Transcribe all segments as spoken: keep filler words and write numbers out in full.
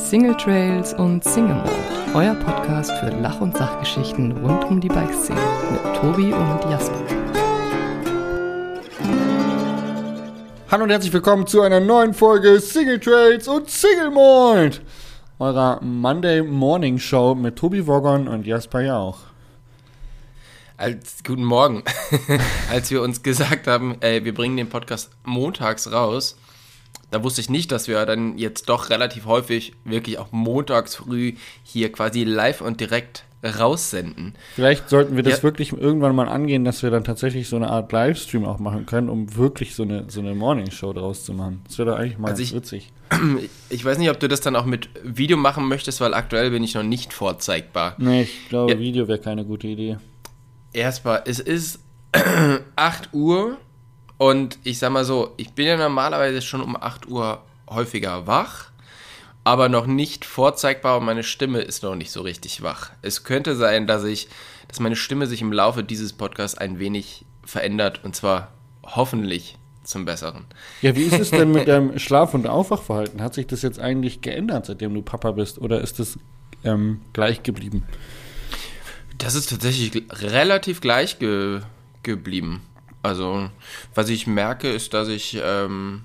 Single Trails und Single Mode, euer Podcast für Lach- und Sachgeschichten rund um die Bikeszene mit Tobi und Jasper. Hallo und herzlich willkommen zu einer neuen Folge Single Trails und Single Mode, eurer Monday Morning Show mit Tobi Woggon und Jasper Jauch. Als, guten Morgen. Als wir uns gesagt haben, ey, wir bringen den Podcast montags raus, da wusste ich nicht, dass wir dann jetzt doch relativ häufig wirklich auch montags früh hier quasi live und direkt raussenden. Vielleicht sollten wir das ja. wirklich irgendwann mal angehen, dass wir dann tatsächlich so eine Art Livestream auch machen können, um wirklich so eine, so eine Morning-Show draus zu machen. Das wäre doch eigentlich mal also ich, witzig. Ich weiß nicht, ob du das dann auch mit Video machen möchtest, weil aktuell bin ich noch nicht vorzeigbar. Nee, ich glaube, ja. Video wäre keine gute Idee. Erstmal, es ist acht Uhr und ich sag mal so, ich bin ja normalerweise schon um acht Uhr häufiger wach, aber noch nicht vorzeigbar und meine Stimme ist noch nicht so richtig wach. Es könnte sein, dass ich, dass meine Stimme sich im Laufe dieses Podcasts ein wenig verändert und zwar hoffentlich zum Besseren. Ja, wie ist es denn mit deinem Schlaf- und Aufwachverhalten? Hat sich das jetzt eigentlich geändert, seitdem du Papa bist, oder ist es ähm, gleich geblieben? Das ist tatsächlich relativ gleich ge- geblieben. Also, was ich merke, ist, dass ich, ähm,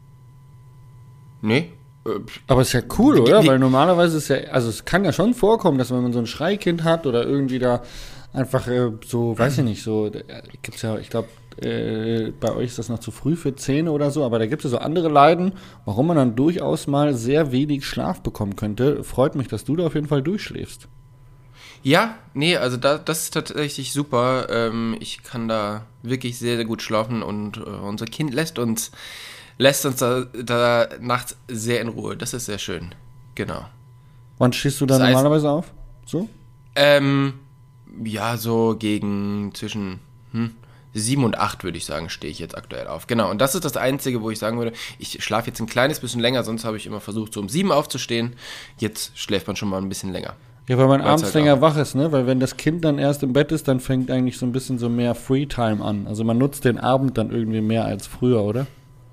nee. Äh, Aber ist ja cool, oder? Die, Weil normalerweise ist ja, also es kann ja schon vorkommen, dass wenn man so ein Schreikind hat oder irgendwie da einfach äh, so, weiß ich nicht, so, da gibt's ja, ich glaube, äh, bei euch ist das noch zu früh für Zähne oder so, aber da gibt es ja so andere Leiden, warum man dann durchaus mal sehr wenig Schlaf bekommen könnte. Freut mich, dass du da auf jeden Fall durchschläfst. Ja, nee, also da, das ist tatsächlich super. Ähm, ich kann da wirklich sehr, sehr gut schlafen und äh, unser Kind lässt uns, lässt uns da, da nachts sehr in Ruhe. Das ist sehr schön. Genau. Wann stehst du da das heißt, normalerweise auf? So? Ähm, ja, so gegen zwischen hm, sieben und acht würde ich sagen, stehe ich jetzt aktuell auf. Genau, und das ist das Einzige, wo ich sagen würde, ich schlafe jetzt ein kleines bisschen länger, sonst habe ich immer versucht, so um sieben aufzustehen. Jetzt schläft man schon mal ein bisschen länger. Ja, weil man Weil's abends halt länger auch. wach ist, ne? Weil wenn das Kind dann erst im Bett ist, dann fängt eigentlich so ein bisschen so mehr Freetime an. Also man nutzt den Abend dann irgendwie mehr als früher, oder?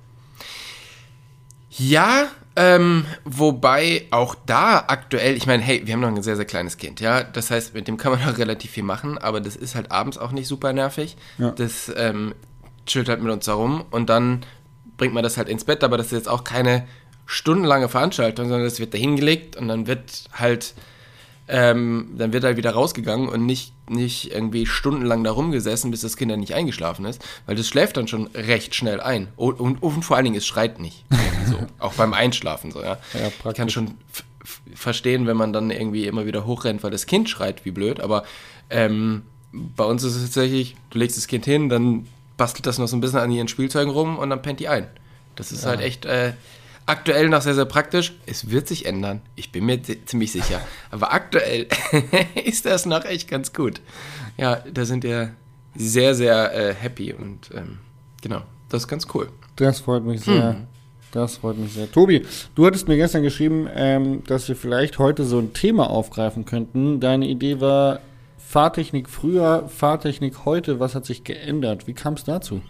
Ja, ähm, wobei auch da aktuell, ich meine, hey, wir haben noch ein sehr, sehr kleines Kind, ja, das heißt, mit dem kann man auch relativ viel machen, aber das ist halt abends auch nicht super nervig, Ja. das ähm, chillt halt mit uns herum und dann bringt man das halt ins Bett, aber das ist jetzt auch keine stundenlange Veranstaltung, sondern das wird da hingelegt und dann wird halt, ähm, dann wird halt wieder rausgegangen und nicht, nicht irgendwie stundenlang da rumgesessen, bis das Kind dann nicht eingeschlafen ist, weil das schläft dann schon recht schnell ein. Und, und, und vor allen Dingen, es schreit nicht. So, auch beim Einschlafen so, ja. Ja, ich kann schon f- f- verstehen, wenn man dann irgendwie immer wieder hochrennt, weil das Kind schreit, wie blöd, aber ähm, bei uns ist es tatsächlich, du legst das Kind hin, dann bastelt das noch so ein bisschen an ihren Spielzeugen rum und dann pennt die ein. Das ist Ja. halt echt äh, aktuell noch sehr, sehr praktisch. Es wird sich ändern, ich bin mir z- ziemlich sicher. Aber aktuell ist das noch echt ganz gut. Ja, da sind wir sehr, sehr äh, happy und ähm, genau, das ist ganz cool. Das freut mich sehr. Hm. Das freut mich sehr. Tobi, du hattest mir gestern geschrieben, ähm, dass wir vielleicht heute so ein Thema aufgreifen könnten. Deine Idee war Fahrtechnik früher, Fahrtechnik heute. Was hat sich geändert? Wie kam es dazu?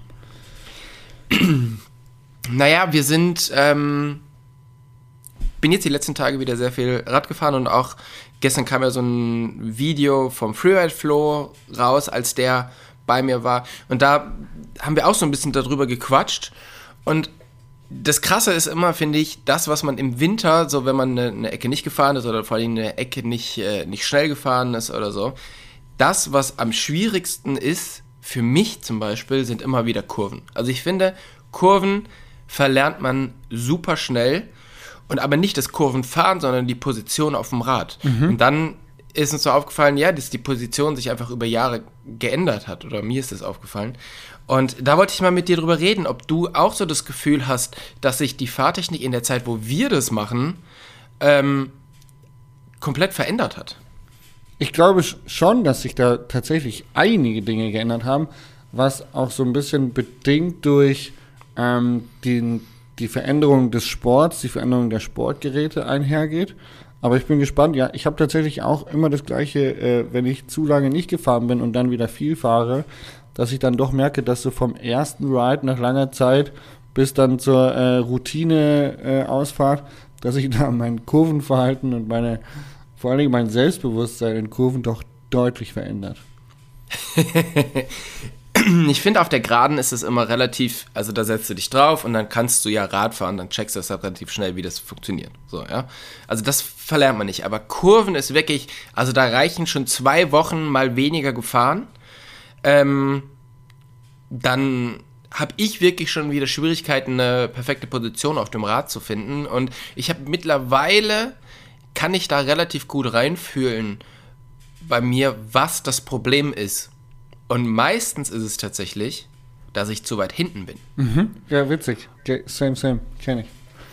Naja, wir sind, ähm, bin jetzt die letzten Tage wieder sehr viel Rad gefahren und auch gestern kam ja so ein Video vom Freeride Flo raus, als der bei mir war und da haben wir auch so ein bisschen darüber gequatscht und das Krasse ist immer, finde ich, das, was man im Winter, so wenn man eine, eine Ecke nicht gefahren ist oder vor allem eine Ecke nicht, äh, nicht schnell gefahren ist oder so, das, was am schwierigsten ist, für mich zum Beispiel, sind immer wieder Kurven. Also ich finde, Kurven verlernt man super schnell und aber nicht das Kurvenfahren, sondern die Position auf dem Rad. Mhm. Und dann ist uns so aufgefallen, ja, dass die Position sich einfach über Jahre geändert hat oder mir ist das aufgefallen. Und da wollte ich mal mit dir drüber reden, ob du auch so das Gefühl hast, dass sich die Fahrtechnik in der Zeit, wo wir das machen, ähm, komplett verändert hat. Ich glaube schon, dass sich da tatsächlich einige Dinge geändert haben, was auch so ein bisschen bedingt durch ähm, den, die Veränderung des Sports, die Veränderung der Sportgeräte einhergeht. Aber ich bin gespannt. Ja, ich habe tatsächlich auch immer das Gleiche, äh, wenn ich zu lange nicht gefahren bin und dann wieder viel fahre, dass ich dann doch merke, dass so vom ersten Ride nach langer Zeit bis dann zur äh, Routine-Ausfahrt, dass sich da mein Kurvenverhalten und meine, vor allen Dingen mein Selbstbewusstsein in Kurven doch deutlich verändert. Ich finde, auf der Geraden ist es immer relativ, also da setzt du dich drauf und dann kannst du ja Rad fahren, dann checkst du das halt relativ schnell, wie das funktioniert. So, ja. Also das verlernt man nicht. Aber Kurven ist wirklich, also da reichen schon zwei Wochen mal weniger gefahren. Ähm, dann habe ich wirklich schon wieder Schwierigkeiten, eine perfekte Position auf dem Rad zu finden. Und ich habe mittlerweile, kann ich da relativ gut reinfühlen bei mir, was das Problem ist. Und meistens ist es tatsächlich, dass ich zu weit hinten bin. Mhm. Ja, witzig. Okay, same, same. Kenn ich.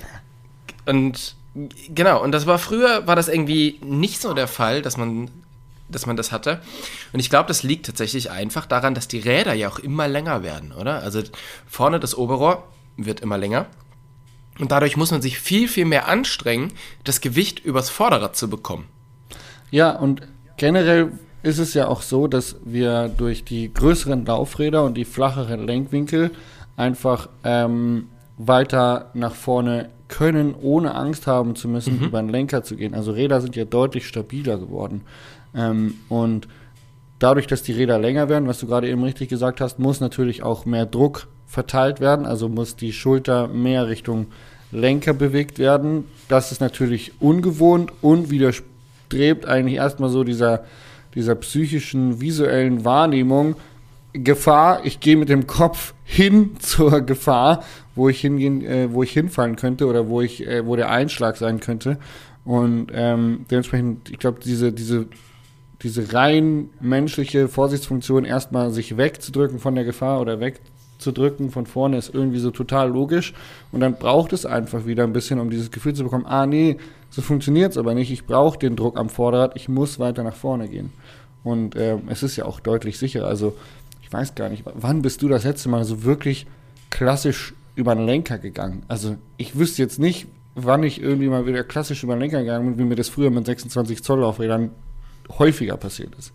Und genau, und das war früher, war das irgendwie nicht so der Fall, dass man, dass man das hatte. Und ich glaube, das liegt tatsächlich einfach daran, dass die Räder ja auch immer länger werden, oder? Also vorne das Oberrohr wird immer länger. Und dadurch muss man sich viel, viel mehr anstrengen, das Gewicht übers Vorderrad zu bekommen. Ja, und generell ist es ja auch so, dass wir durch die größeren Laufräder und die flacheren Lenkwinkel einfach ähm, weiter nach vorne können, ohne Angst haben zu müssen, mhm. über den Lenker zu gehen. Also Räder sind ja deutlich stabiler geworden. Ähm, und dadurch, dass die Räder länger werden, was du gerade eben richtig gesagt hast, muss natürlich auch mehr Druck verteilt werden. Also muss die Schulter mehr Richtung Lenker bewegt werden. Das ist natürlich ungewohnt und widerstrebt eigentlich erstmal so dieser dieser psychischen, visuellen Wahrnehmung, Gefahr, ich gehe mit dem Kopf hin zur Gefahr, wo ich hingehen, äh, wo ich hinfallen könnte oder wo ich, äh, wo der Einschlag sein könnte. Und ähm, dementsprechend, ich glaube, diese, diese, diese rein menschliche Vorsichtsfunktion, erstmal sich wegzudrücken von der Gefahr oder wegzudrücken von vorne, ist irgendwie so total logisch. Und dann braucht es einfach wieder ein bisschen, um dieses Gefühl zu bekommen, ah nee, so funktioniert es aber nicht, ich brauche den Druck am Vorderrad, ich muss weiter nach vorne gehen. Und äh, es ist ja auch deutlich sicherer. Also ich weiß gar nicht, wann bist du das letzte Mal so wirklich klassisch über den Lenker gegangen? Also ich wüsste jetzt nicht, wann ich irgendwie mal wieder klassisch über den Lenker gegangen bin, wie mir das früher mit sechsundzwanzig Zoll Laufrädern häufiger passiert ist.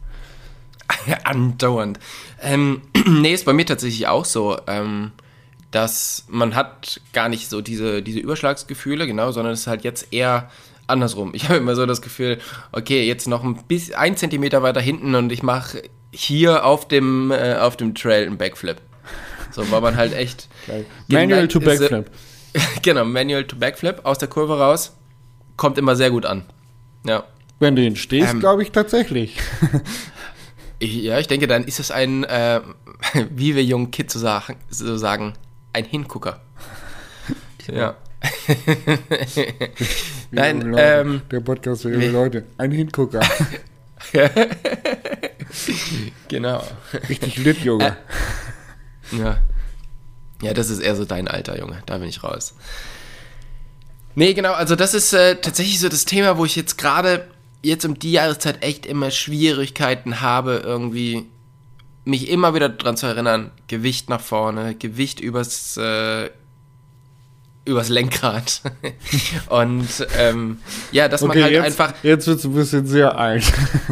Andauernd. Ähm, nee, ist bei mir tatsächlich auch so, ähm, dass man hat gar nicht so diese, diese Überschlagsgefühle, genau, sondern es ist halt jetzt eher andersrum. Ich habe immer so das Gefühl, okay, jetzt noch ein bisschen, ein Zentimeter weiter hinten und ich mache hier auf dem, äh, auf dem Trail einen Backflip. So war man halt echt... Geil. Manual to Backflip. Genau, Manual to Backflip aus der Kurve raus. Kommt immer sehr gut an. Ja. Wenn du ihn stehst, ähm, glaube ich tatsächlich. ich, ja, ich denke, dann ist es ein, äh, wie wir jungen Kids so sagen, so sagen ein Hingucker. Genau. Ja. Nein, Leute, ähm, der Podcast für junge Leute. Ein Hingucker. Genau. Richtig lit, Junge. Äh, ja. Ja, das ist eher so dein Alter, Junge. Da bin ich raus. Nee, genau, also das ist äh, tatsächlich so das Thema, wo ich jetzt gerade jetzt um die Jahreszeit echt immer Schwierigkeiten habe, irgendwie mich immer wieder dran zu erinnern, Gewicht nach vorne, Gewicht übers äh, übers Lenkrad. Und ähm, ja, dass okay, man halt jetzt, einfach... Jetzt wird es ein bisschen sehr alt.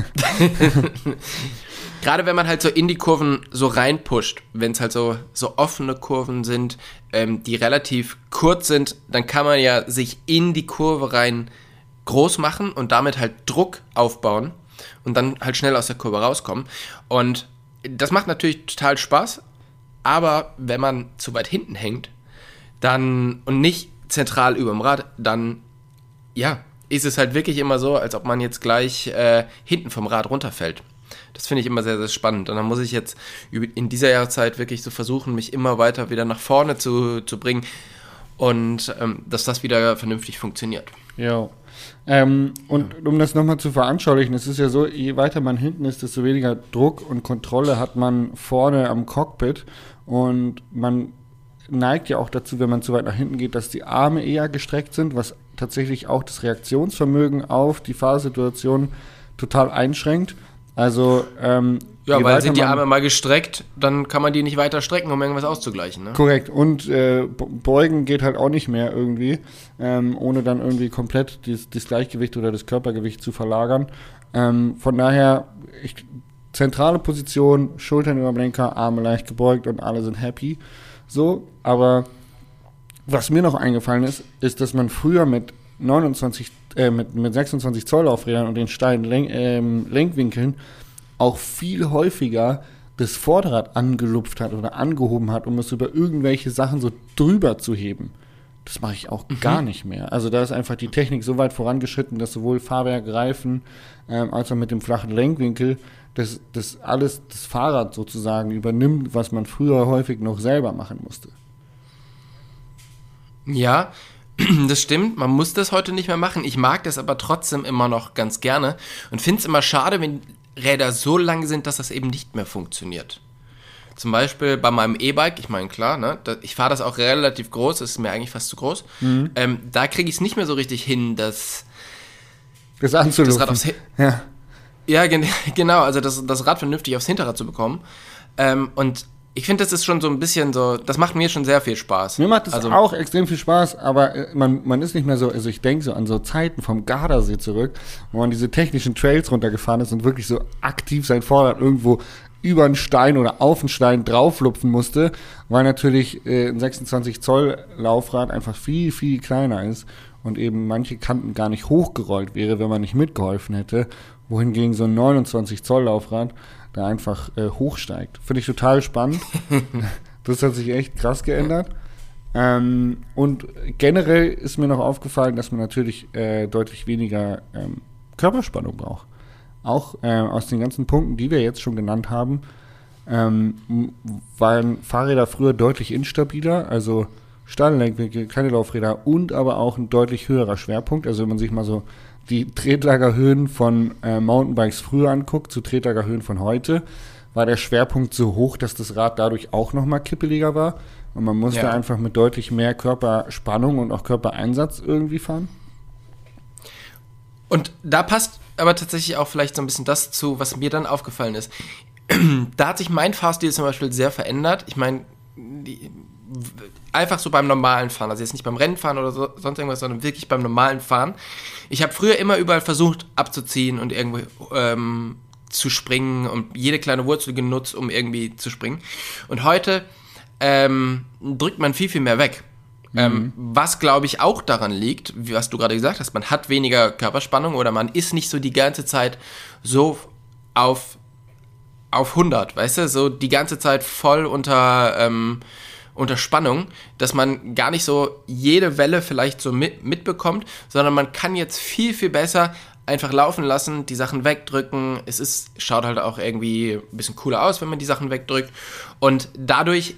Gerade wenn man halt so in die Kurven so reinpusht, wenn es halt so, so offene Kurven sind, ähm, die relativ kurz sind, dann kann man ja sich in die Kurve rein groß machen und damit halt Druck aufbauen und dann halt schnell aus der Kurve rauskommen. Und das macht natürlich total Spaß, aber wenn man zu weit hinten hängt, dann und nicht zentral über dem Rad, dann ja, ist es halt wirklich immer so, als ob man jetzt gleich äh, hinten vom Rad runterfällt. Das finde ich immer sehr, sehr spannend. Und dann muss ich jetzt in dieser Jahreszeit wirklich so versuchen, mich immer weiter wieder nach vorne zu, zu bringen und ähm, dass das wieder vernünftig funktioniert. Ja. Ähm, und ja. um das nochmal zu veranschaulichen, es ist ja so, je weiter man hinten ist, desto weniger Druck und Kontrolle hat man vorne am Cockpit. Und man neigt ja auch dazu, wenn man zu weit nach hinten geht, dass die Arme eher gestreckt sind, was tatsächlich auch das Reaktionsvermögen auf die Fahrsituation total einschränkt. Also, ähm, ja, weil sind die Arme mal gestreckt, dann kann man die nicht weiter strecken, um irgendwas auszugleichen. Ne? Korrekt. Und äh, beugen geht halt auch nicht mehr irgendwie, ähm, ohne dann irgendwie komplett das, das Gleichgewicht oder das Körpergewicht zu verlagern. Ähm, von daher, ich, zentrale Position, Schultern über dem Lenker, Arme leicht gebeugt und alle sind happy. So, aber was mir noch eingefallen ist, ist, dass man früher mit neunundzwanzig, äh, mit, mit sechsundzwanzig Zoll Laufrädern und den steilen Lenk, ähm, Lenkwinkeln auch viel häufiger das Vorderrad angelupft hat oder angehoben hat, um es über irgendwelche Sachen so drüber zu heben. Das mache ich auch mhm. gar nicht mehr. Also da ist einfach die Technik so weit vorangeschritten, dass sowohl Fahrwerk, Reifen ähm, als auch mit dem flachen Lenkwinkel das, das alles das Fahrrad sozusagen übernimmt, was man früher häufig noch selber machen musste. Ja, das stimmt. Man muss das heute nicht mehr machen. Ich mag das aber trotzdem immer noch ganz gerne und finde es immer schade, wenn Räder so lang sind, dass das eben nicht mehr funktioniert. Zum Beispiel bei meinem E-Bike, ich meine, klar, ne, da, ich fahre das auch relativ groß, das ist mir eigentlich fast zu groß. Mhm. Ähm, da kriege ich es nicht mehr so richtig hin, dass das anzulupfen. Das Rad aufs Hi- ja, ja gen- genau, also das, das Rad vernünftig aufs Hinterrad zu bekommen. Ähm, und ich finde, das ist schon so ein bisschen so, das macht mir schon sehr viel Spaß. Mir macht das also, auch extrem viel Spaß, aber äh, man, man ist nicht mehr so, also ich denke so an so Zeiten vom Gardasee zurück, wo man diese technischen Trails runtergefahren ist und wirklich so aktiv sein Vorderrad irgendwo über einen Stein oder auf einen Stein drauflupfen musste, weil natürlich äh, ein sechsundzwanzig Zoll Laufrad einfach viel, viel kleiner ist und eben manche Kanten gar nicht hochgerollt wäre, wenn man nicht mitgeholfen hätte, wohingegen so ein neunundzwanzig Zoll Laufrad da einfach äh, hochsteigt. Finde ich total spannend. Das hat sich echt krass geändert. Ähm, und generell ist mir noch aufgefallen, dass man natürlich äh, deutlich weniger ähm, Körperspannung braucht. Auch äh, aus den ganzen Punkten, die wir jetzt schon genannt haben, ähm, waren Fahrräder früher deutlich instabiler, also steile Lenkwinkel, kleine Laufräder und aber auch ein deutlich höherer Schwerpunkt. Also wenn man sich mal so die Tretlagerhöhen von äh, Mountainbikes früher anguckt, zu Tretlagerhöhen von heute, war der Schwerpunkt so hoch, dass das Rad dadurch auch nochmal kippeliger war. Und man musste ja. einfach mit deutlich mehr Körperspannung und auch Körpereinsatz irgendwie fahren. Und da passt aber tatsächlich auch vielleicht so ein bisschen das zu, was mir dann aufgefallen ist. Da hat sich mein Fahrstil zum Beispiel sehr verändert. Ich meine, einfach so beim normalen Fahren, also jetzt nicht beim Rennfahren oder so, sonst irgendwas, sondern wirklich beim normalen Fahren. Ich habe früher immer überall versucht abzuziehen und irgendwo ähm, zu springen und jede kleine Wurzel genutzt, um irgendwie zu springen. Und heute ähm, drückt man viel, viel mehr weg. Mhm. Ähm, was, glaube ich, auch daran liegt, wie, was du gerade gesagt hast, man hat weniger Körperspannung oder man ist nicht so die ganze Zeit so auf, auf hundert, weißt du, so die ganze Zeit voll unter, ähm, unter Spannung, dass man gar nicht so jede Welle vielleicht so mit, mitbekommt, sondern man kann jetzt viel, viel besser einfach laufen lassen, die Sachen wegdrücken. Es ist, schaut halt auch irgendwie ein bisschen cooler aus, wenn man die Sachen wegdrückt. Und dadurch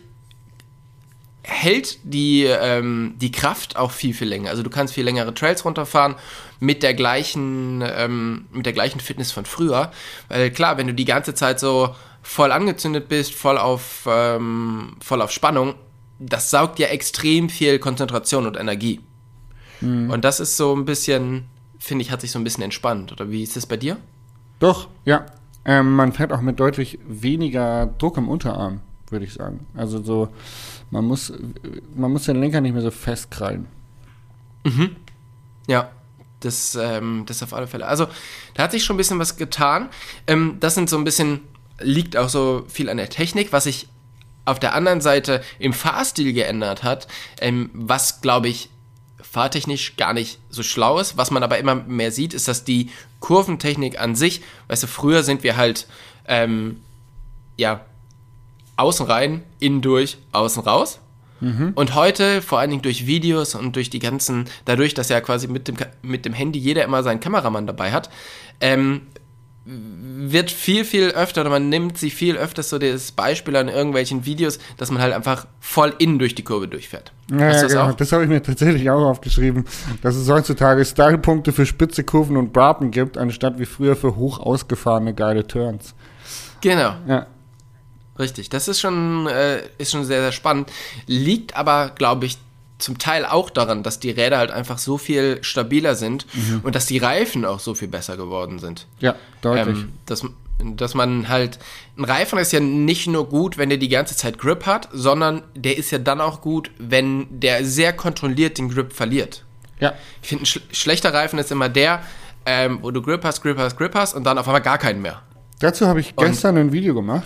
hält die, ähm, die Kraft auch viel, viel länger. Also du kannst viel längere Trails runterfahren mit der gleichen, ähm, mit der gleichen Fitness von früher. Weil klar, wenn du die ganze Zeit so voll angezündet bist, voll auf, ähm, voll auf Spannung, das saugt ja extrem viel Konzentration und Energie. Mhm. Und das ist so ein bisschen, finde ich, hat sich so ein bisschen entspannt. Oder wie ist das bei dir? Doch, ja. Ähm, man fährt auch mit deutlich weniger Druck am Unterarm, würde ich sagen. Also so, man muss, man muss den Lenker nicht mehr so festkrallen. Mhm. Ja, das, ähm, das auf alle Fälle. Also, da hat sich schon ein bisschen was getan. Ähm, das sind so ein bisschen, liegt auch so viel an der Technik, was sich auf der anderen Seite im Fahrstil geändert hat, ähm, was, glaube ich, fahrtechnisch gar nicht so schlau ist. Was man aber immer mehr sieht, ist, dass die Kurventechnik an sich, weißt du, früher sind wir halt, ähm, ja, außen rein, innen durch, außen raus. Mhm. Und heute, vor allen Dingen durch Videos und durch die ganzen, dadurch, dass ja quasi mit dem, mit dem Handy jeder immer seinen Kameramann dabei hat, ähm, wird viel, viel öfter, oder man nimmt sich viel öfter so das Beispiel an irgendwelchen Videos, dass man halt einfach voll innen durch die Kurve durchfährt. Ja, ja, das, genau. das habe ich mir tatsächlich auch aufgeschrieben, dass es heutzutage Stylepunkte für spitze Kurven und Braten gibt, anstatt wie früher für hoch ausgefahrene geile Turns. Genau. Ja. Richtig, das ist schon, äh, ist schon sehr, sehr spannend. Liegt aber, glaube ich, zum Teil auch daran, dass die Räder halt einfach so viel stabiler sind mhm. und dass die Reifen auch so viel besser geworden sind. Ja, deutlich. Ähm, dass, dass man halt, ein Reifen ist ja nicht nur gut, wenn der die ganze Zeit Grip hat, sondern der ist ja dann auch gut, wenn der sehr kontrolliert den Grip verliert. Ja. Ich finde, ein sch- schlechter Reifen ist immer der, ähm, wo du Grip hast, Grip hast, Grip hast und dann auf einmal gar keinen mehr. Dazu habe ich gestern und ein Video gemacht.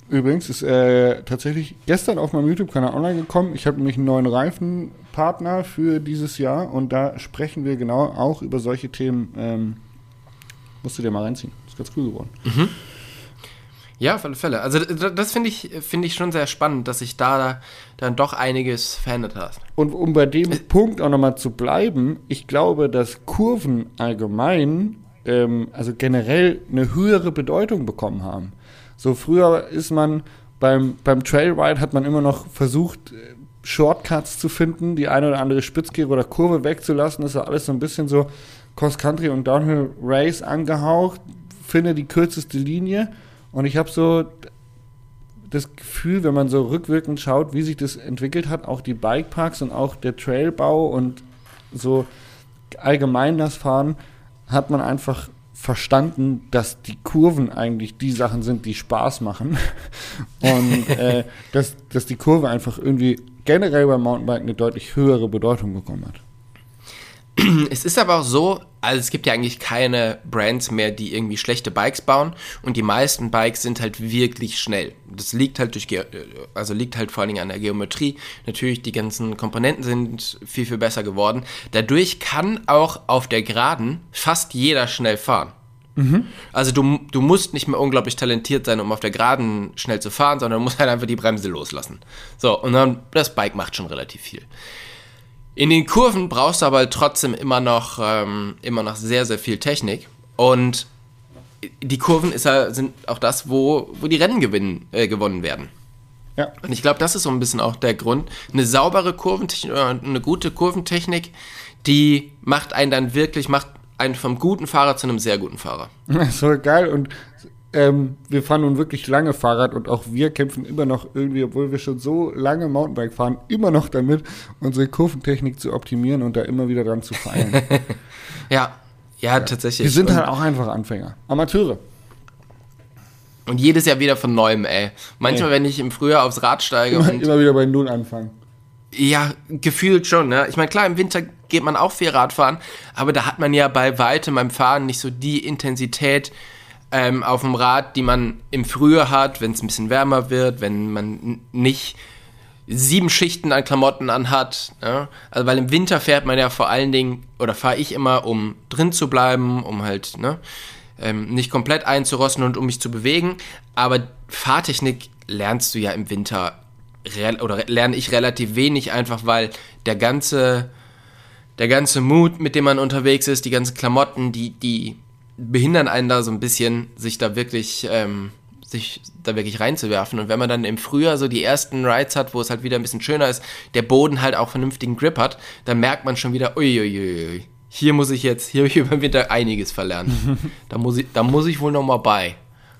übrigens ist äh, tatsächlich gestern auf meinem YouTube-Kanal online gekommen. Ich habe nämlich einen neuen Reifenpartner für dieses Jahr und da sprechen wir genau auch über solche Themen. Ähm, musst du dir mal reinziehen. Ist ganz cool geworden. Mhm. Ja, auf alle Fälle. Also das finde ich, find ich schon sehr spannend, dass sich da dann doch einiges verändert hat. Und um bei dem Punkt auch nochmal zu bleiben, ich glaube, dass Kurven allgemein, ähm, also generell eine höhere Bedeutung bekommen haben. So früher ist man beim, beim Trailride hat man immer noch versucht, Shortcuts zu finden, die eine oder andere Spitzkehre oder Kurve wegzulassen. Das ist ja alles so ein bisschen so Cross-Country und Downhill Race angehaucht. Finde die kürzeste Linie. Und ich habe so das Gefühl, wenn man so rückwirkend schaut, wie sich das entwickelt hat, auch die Bikeparks und auch der Trailbau und so allgemein das Fahren, hat man einfach verstanden, dass die Kurven eigentlich die Sachen sind, die Spaß machen. Und äh, dass, dass die Kurve einfach irgendwie generell beim Mountainbiken eine deutlich höhere Bedeutung bekommen hat. Es ist aber auch so, also es gibt ja eigentlich keine Brands mehr, die irgendwie schlechte Bikes bauen und die meisten Bikes sind halt wirklich schnell. Das liegt halt durch, Ge- also liegt halt vor allen Dingen an der Geometrie. Natürlich, die ganzen Komponenten sind viel, viel besser geworden. Dadurch kann auch auf der Geraden fast jeder schnell fahren. Mhm. Also du, du musst nicht mehr unglaublich talentiert sein, um auf der Geraden schnell zu fahren, sondern du musst halt einfach die Bremse loslassen. So, und dann, das Bike macht schon relativ viel. In den Kurven brauchst du aber trotzdem immer noch, ähm, immer noch sehr, sehr viel Technik. Und die Kurven ist ja, sind auch das, wo, wo die Rennen gewinnen, äh, gewonnen werden. Ja. Und ich glaube, das ist so ein bisschen auch der Grund. Eine saubere Kurventechnik oder eine gute Kurventechnik, die macht einen dann wirklich, macht einen vom guten Fahrer zu einem sehr guten Fahrer. Das ist voll geil und Ähm, wir fahren nun wirklich lange Fahrrad und auch wir kämpfen immer noch irgendwie, obwohl wir schon so lange Mountainbike fahren, immer noch damit, unsere Kurventechnik zu optimieren und da immer wieder dran zu feilen. ja, ja, ja, tatsächlich. Wir sind und, halt auch einfach Anfänger, Amateure. Und jedes Jahr wieder von Neuem, ey. Manchmal, ey. wenn ich im Frühjahr aufs Rad steige immer, und... Immer wieder bei Null anfangen. Ja, gefühlt schon, ne? Ich meine, klar, im Winter geht man auch viel Radfahren, aber da hat man ja bei weitem beim Fahren nicht so die Intensität Ähm, auf dem Rad, die man im Frühjahr hat, wenn es ein bisschen wärmer wird, wenn man n- nicht sieben Schichten an Klamotten anhat. Ja? Also weil im Winter fährt man ja vor allen Dingen, oder fahre ich immer, um drin zu bleiben, um halt ne, ähm, nicht komplett einzurosten und um mich zu bewegen. Aber Fahrtechnik lernst du ja im Winter, re- oder lerne ich relativ wenig, einfach weil der ganze, der ganze Mut, mit dem man unterwegs ist, die ganzen Klamotten, die, die behindern einen da so ein bisschen, sich da wirklich, ähm, sich da wirklich reinzuwerfen. Und wenn man dann im Frühjahr so die ersten Rides hat, wo es halt wieder ein bisschen schöner ist, der Boden halt auch vernünftigen Grip hat, dann merkt man schon wieder, uiuiui, hier muss ich jetzt, hier habe ich über den Winter einiges verlernt. da, muss ich, da muss ich wohl noch mal bei.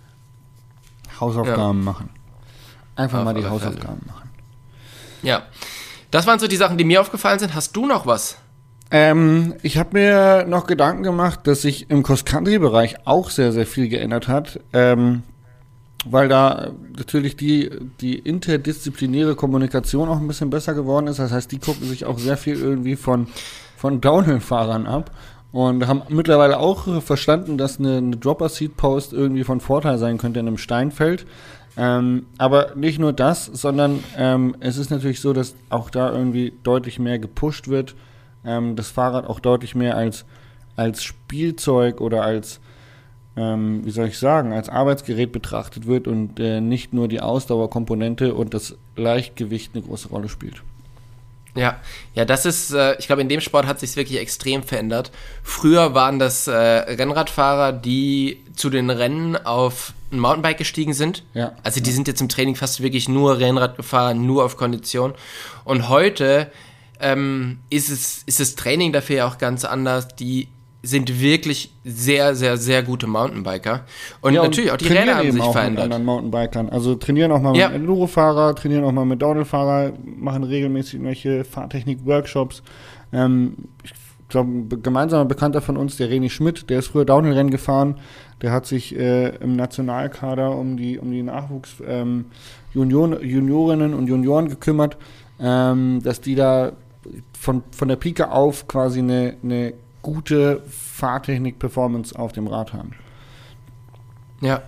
Hausaufgaben ja. machen. Einfach Auf mal die alle Hausaufgaben Fälle. machen. Ja, das waren so die Sachen, die mir aufgefallen sind. Hast du noch was? Ähm, ich habe mir noch Gedanken gemacht, dass sich im Cross-Country-Bereich auch sehr, sehr viel geändert hat, ähm, weil da natürlich die, die interdisziplinäre Kommunikation auch ein bisschen besser geworden ist. Das heißt, die gucken sich auch sehr viel irgendwie von, von Downhill-Fahrern ab und haben mittlerweile auch verstanden, dass eine, eine Dropper-Seat-Post irgendwie von Vorteil sein könnte in einem Steinfeld. Ähm, aber nicht nur das, sondern ähm, es ist natürlich so, dass auch da irgendwie deutlich mehr gepusht wird, Ähm, das Fahrrad auch deutlich mehr als, als Spielzeug oder als, ähm, wie soll ich sagen, als Arbeitsgerät betrachtet wird und äh, nicht nur die Ausdauerkomponente und das Leichtgewicht eine große Rolle spielt. Ja, ja, das ist, äh, ich glaube, in dem Sport hat sich wirklich extrem verändert. Früher waren das äh, Rennradfahrer, die zu den Rennen auf ein Mountainbike gestiegen sind. Ja. Also die sind jetzt im Training fast wirklich nur Rennrad gefahren, nur auf Kondition. Und heute ähm, ist es, ist das Training dafür ja auch ganz anders. Die sind wirklich sehr, sehr, sehr gute Mountainbiker. Und ja, natürlich und auch die Räder haben sich auch verändert. Mit anderen Mountainbikern. Also trainieren auch mal ja. mit Enduro-Fahrer, trainieren auch mal mit Downhill-Fahrer, machen regelmäßig irgendwelche Fahrtechnik-Workshops. Ähm, ich glaube, ein gemeinsamer Bekannter von uns, der René Schmidt, der ist früher Downhill-Rennen gefahren. Der hat sich äh, im Nationalkader um die, um die Nachwuchs ähm, Junior, Juniorinnen und Junioren gekümmert, ähm, dass die da von, von der Pike auf quasi eine, eine gute Fahrtechnik-Performance auf dem Rad haben. Ja.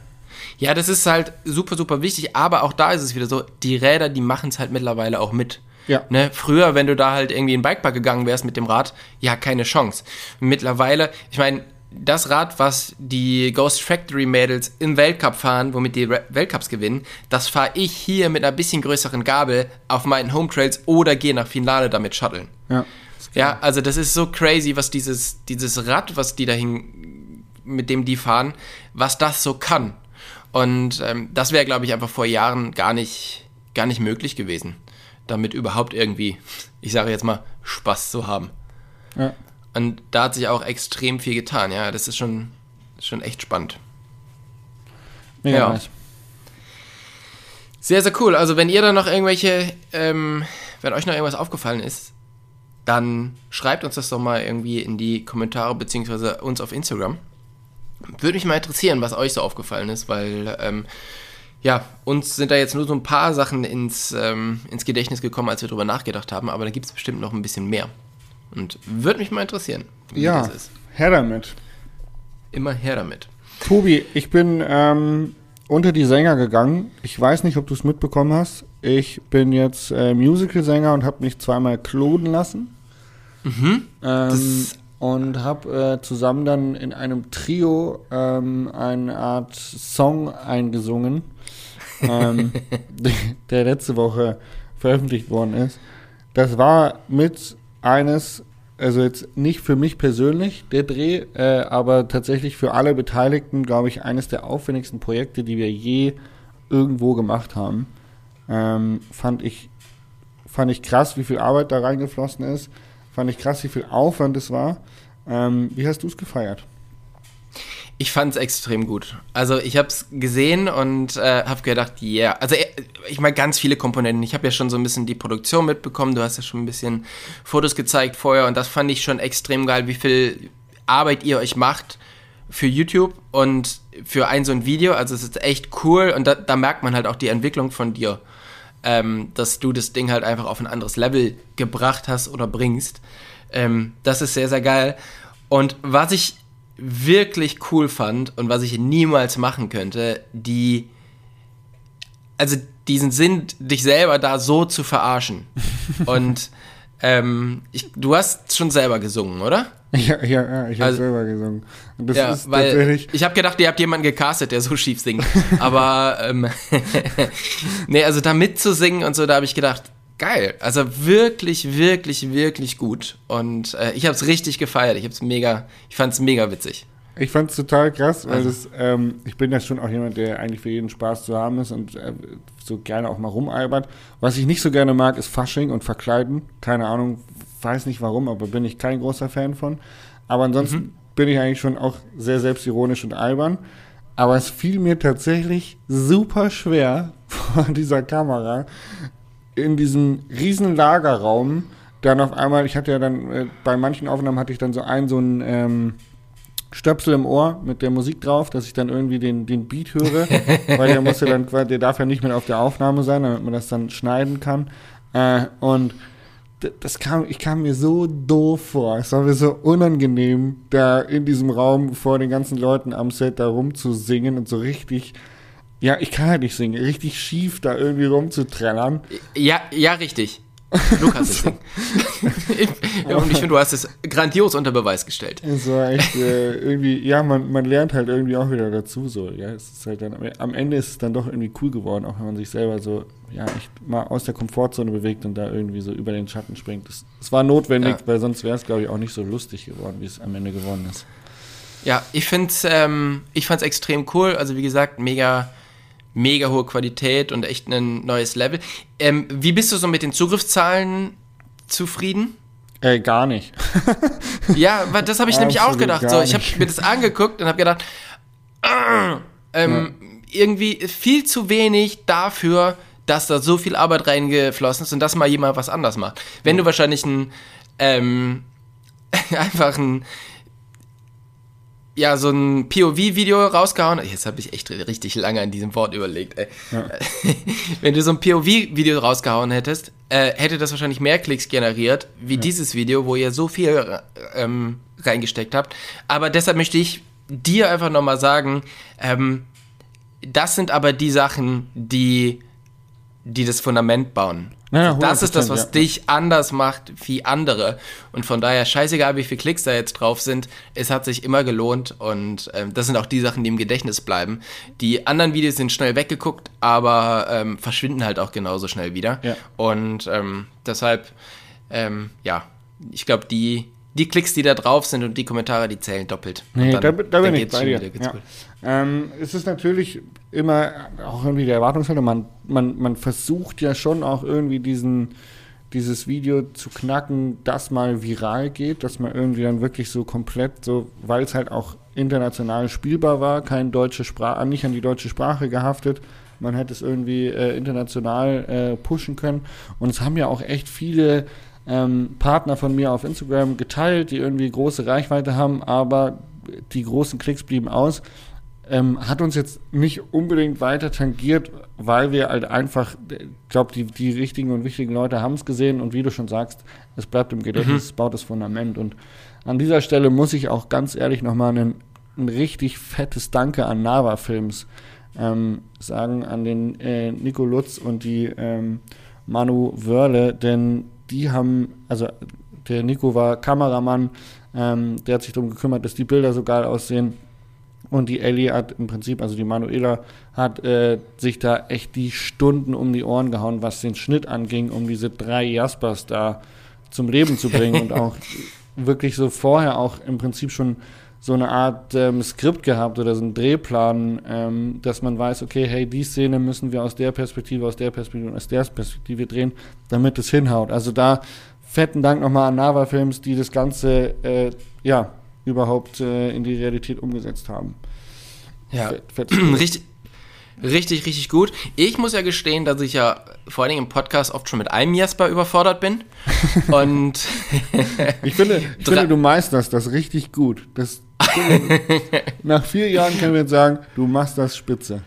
Ja, das ist halt super, super wichtig, aber auch da ist es wieder so, die Räder, die machen es halt mittlerweile auch mit. Ja. Ne? Früher, wenn du da halt irgendwie in den Bikepark gegangen wärst mit dem Rad, ja, keine Chance. Mittlerweile, ich meine, das Rad, was die Ghost Factory Mädels im Weltcup fahren, womit die Re- Weltcups gewinnen, das fahre ich hier mit einer bisschen größeren Gabel auf meinen Home Trails oder gehe nach Finale damit shutteln. Ja. Ja, also das ist so crazy, was dieses, dieses Rad, was die dahin, mit dem die fahren, was das so kann. Und ähm, das wäre, glaube ich, einfach vor Jahren gar nicht, gar nicht möglich gewesen, damit überhaupt irgendwie, ich sage jetzt mal, Spaß zu haben. Ja. Und da hat sich auch extrem viel getan, ja, das ist schon, das ist schon echt spannend. Mega Ja. nice. Sehr, sehr cool. Also wenn ihr da noch irgendwelche, ähm, wenn euch noch irgendwas aufgefallen ist, dann schreibt uns das doch mal irgendwie in die Kommentare beziehungsweise uns auf Instagram. Würde mich mal interessieren, was euch so aufgefallen ist, weil ähm, ja, uns sind da jetzt nur so ein paar Sachen ins, ähm, ins Gedächtnis gekommen, als wir drüber nachgedacht haben, aber da gibt es bestimmt noch ein bisschen mehr. Und würde mich mal interessieren, wie Ja, das ist. her damit. Immer her damit. Tobi, ich bin ähm, unter die Sänger gegangen. Ich weiß nicht, ob du es mitbekommen hast. Ich bin jetzt äh, Musical-Sänger und habe mich zweimal klonen lassen. Mhm. Ähm, und habe äh, zusammen dann in einem Trio ähm, eine Art Song eingesungen, ähm, der letzte Woche veröffentlicht worden ist. Das war mit eines, also jetzt nicht für mich persönlich, der Dreh, äh, aber tatsächlich für alle Beteiligten, glaube ich, eines der aufwendigsten Projekte, die wir je irgendwo gemacht haben. Ähm, fand ich, fand ich krass, wie viel Arbeit da reingeflossen ist. Fand ich krass, wie viel Aufwand es war. Ähm, wie hast du es gefeiert? Ich fand es extrem gut. Also ich habe es gesehen und äh, habe gedacht, ja, yeah. Also ich meine ganz viele Komponenten. Ich habe ja schon so ein bisschen die Produktion mitbekommen. Du hast ja schon ein bisschen Fotos gezeigt vorher und das fand ich schon extrem geil, wie viel Arbeit ihr euch macht für YouTube und für ein so ein Video. Also es ist echt cool und da, da merkt man halt auch die Entwicklung von dir, ähm, dass du das Ding halt einfach auf ein anderes Level gebracht hast oder bringst. Ähm, das ist sehr, sehr geil. Und was ich wirklich cool fand und was ich niemals machen könnte, die, also diesen Sinn, dich selber da so zu verarschen. Und ähm, ich, du hast schon selber gesungen, oder? Ja, ja, ja ich habe Also, selber gesungen. Und das ja, ist weil tatsächlich. ich habe gedacht, ihr habt jemanden gecastet, der so schief singt. Aber ähm, nee, also da mitzusingen und so, da habe ich gedacht, geil. Also wirklich, wirklich, wirklich gut. Und äh, ich habe es richtig gefeiert. Ich habe es mega, ich fand es mega witzig. Ich fand es total krass, weil Also. das, ähm, ich bin ja schon auch jemand, der eigentlich für jeden Spaß zu haben ist und äh, so gerne auch mal rumalbert. Was ich nicht so gerne mag, ist Fasching und Verkleiden. Keine Ahnung, weiß nicht warum, aber bin ich kein großer Fan von. Aber ansonsten mhm. bin ich eigentlich schon auch sehr selbstironisch und albern. Aber es fiel mir tatsächlich super schwer vor dieser Kamera in diesem riesen Lagerraum dann auf einmal, ich hatte ja dann, äh, bei manchen Aufnahmen hatte ich dann so einen, so einen ähm, Stöpsel im Ohr mit der Musik drauf, dass ich dann irgendwie den, den Beat höre, weil der muss ja dann, der darf ja nicht mehr auf der Aufnahme sein, damit man das dann schneiden kann. Äh, und das kam, ich kam mir so doof vor. Es war mir so unangenehm, da in diesem Raum vor den ganzen Leuten am Set da rumzusingen und so richtig, ja, ich kann halt nicht singen, richtig schief da irgendwie rumzuträllern. Ja, ja, richtig. Du kannst es singen. ich, und ich finde, du hast es grandios unter Beweis gestellt. Es war echt äh, irgendwie, ja, man, man lernt halt irgendwie auch wieder dazu so. Ja, es ist halt dann, am Ende ist es dann doch irgendwie cool geworden, auch wenn man sich selber so, ja, echt mal aus der Komfortzone bewegt und da irgendwie so über den Schatten springt. Es, es war notwendig, ja. Weil sonst wäre es, glaube ich, auch nicht so lustig geworden, wie es am Ende geworden ist. Ja, ich finde ähm, ich fand es extrem cool. Also wie gesagt, mega mega hohe Qualität und echt ein neues Level. Ähm, wie bist du so mit den Zugriffszahlen zufrieden? Äh, gar nicht. Ja, das habe ich nämlich auch gedacht. So, ich habe mir das angeguckt und habe gedacht, äh, ähm, ja. irgendwie viel zu wenig dafür, dass da so viel Arbeit reingeflossen ist und dass mal jemand was anders macht. Wenn ja. du wahrscheinlich ein ähm, einfach ein ja, so ein P O V-Video rausgehauen. Jetzt habe ich echt richtig lange an diesem Wort überlegt. Ey. Ja. Wenn du so ein P O V-Video rausgehauen hättest, äh, hätte das wahrscheinlich mehr Klicks generiert, wie ja. dieses Video, wo ihr so viel ähm, reingesteckt habt. Aber deshalb möchte ich dir einfach nochmal sagen, ähm, das sind aber die Sachen, die, die das Fundament bauen. Ja, das ist das, was ja. dich anders macht wie andere. Und von daher, scheißegal, wie viele Klicks da jetzt drauf sind, es hat sich immer gelohnt. Und ähm, das sind auch die Sachen, die im Gedächtnis bleiben. Die anderen Videos sind schnell weggeguckt, aber ähm, verschwinden halt auch genauso schnell wieder. Ja. Und ähm, deshalb, ähm, ja, ich glaube, die, die Klicks, die da drauf sind und die Kommentare, die zählen doppelt. Nee, dann, da, da bin ich geht's bei schon dir. wieder, geht's Ja. gut. Ähm, es ist natürlich immer auch irgendwie der Erwartungshaltung, man, man, man versucht ja schon auch irgendwie diesen, dieses Video zu knacken, das mal viral geht, dass man irgendwie dann wirklich so komplett so, weil es halt auch international spielbar war, keine deutsche Sprache, nicht an die deutsche Sprache gehaftet, man hätte es irgendwie äh, international äh, pushen können und es haben ja auch echt viele ähm, Partner von mir auf Instagram geteilt, die irgendwie große Reichweite haben, aber die großen Klicks blieben aus. Ähm, hat uns jetzt nicht unbedingt weiter tangiert, weil wir halt einfach, ich glaube, die, die richtigen und wichtigen Leute haben es gesehen und wie du schon sagst, es bleibt im Gedächtnis, mhm. es baut das Fundament und an dieser Stelle muss ich auch ganz ehrlich nochmal ein, ein richtig fettes Danke an Nava Films ähm, sagen, an den äh, Nico Lutz und die ähm, Manu Wörle, denn die haben, also der Nico war Kameramann, ähm, der hat sich darum gekümmert, dass die Bilder so geil aussehen. Und die Ellie hat im Prinzip, also die Manuela, hat äh, sich da echt die Stunden um die Ohren gehauen, was den Schnitt anging, um diese drei Jaspers da zum Leben zu bringen. Und auch wirklich so vorher auch im Prinzip schon so eine Art ähm, Skript gehabt oder so einen Drehplan, ähm, dass man weiß, okay, hey, die Szene müssen wir aus der Perspektive, aus der Perspektive und aus der Perspektive drehen, damit es hinhaut. Also da fetten Dank nochmal an Nava Films, die das Ganze, äh, ja, überhaupt äh, in die Realität umgesetzt haben. Ja, Fett, fett. richtig, richtig, richtig gut. Ich muss ja gestehen, dass ich ja vor allen Dingen im Podcast oft schon mit einem Jasper überfordert bin. Und ich finde, ich finde, du meisterst das richtig gut. Das, finde, nach vier Jahren können wir jetzt sagen, du machst das spitze.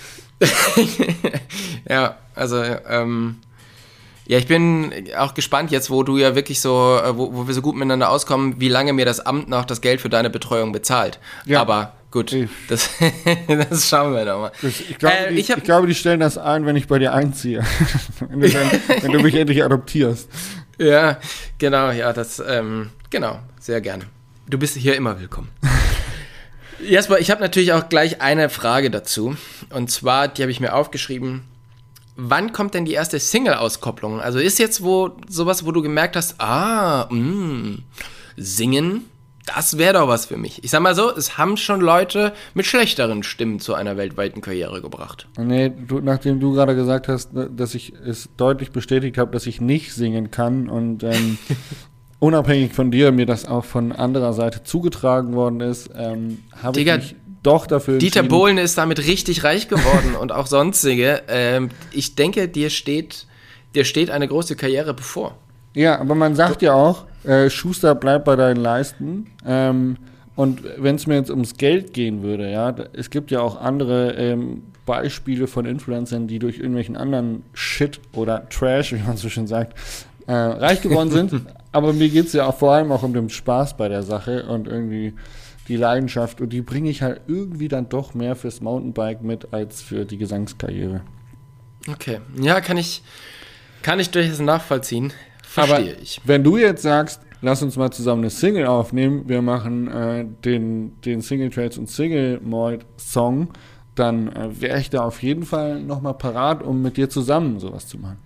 Ja, also ähm, ja, ich bin auch gespannt jetzt, wo du ja wirklich so, wo, wo wir so gut miteinander auskommen, wie lange mir das Amt noch das Geld für deine Betreuung bezahlt. Ja. Aber gut, das, das schauen wir doch mal. Das, ich, glaube, äh, die, ich, hab, ich glaube, die stellen das ein, wenn ich bei dir einziehe. wenn, du dann, wenn du mich endlich adoptierst. Ja, genau, ja, das, ähm, genau, sehr gerne. Du bist hier immer willkommen. Jasper, ich habe natürlich auch gleich eine Frage dazu. Und zwar, die habe ich mir aufgeschrieben. Wann kommt denn die erste Single-Auskopplung? Also ist jetzt wo sowas, wo du gemerkt hast, ah, mh, singen, das wäre doch was für mich. Ich sag mal so, es haben schon Leute mit schlechteren Stimmen zu einer weltweiten Karriere gebracht. Nee, du, nachdem du gerade gesagt hast, dass ich es deutlich bestätigt habe, dass ich nicht singen kann und ähm, unabhängig von dir mir das auch von anderer Seite zugetragen worden ist, ähm, habe ich mich doch dafür Dieter Bohlen ist damit richtig reich geworden und auch sonstige. Ähm, ich denke, dir steht, dir steht eine große Karriere bevor. Ja, aber man sagt ja auch, äh, Schuster, bleib bei deinen Leisten. Ähm, und wenn es mir jetzt ums Geld gehen würde, ja, da, es gibt ja auch andere ähm, Beispiele von Influencern, die durch irgendwelchen anderen Shit oder Trash, wie man so schön sagt, äh, reich geworden sind. Aber mir geht es ja auch vor allem auch um den Spaß bei der Sache und irgendwie die Leidenschaft. Und die bringe ich halt irgendwie dann doch mehr fürs Mountainbike mit als für die Gesangskarriere. Okay, ja, kann ich, kann ich durchaus nachvollziehen. Verstehe Aber ich. Wenn du jetzt sagst, lass uns mal zusammen eine Single aufnehmen, wir machen äh, den, den Single Trails und Single Mode Song, dann äh, wäre ich da auf jeden Fall nochmal parat, um mit dir zusammen sowas zu machen.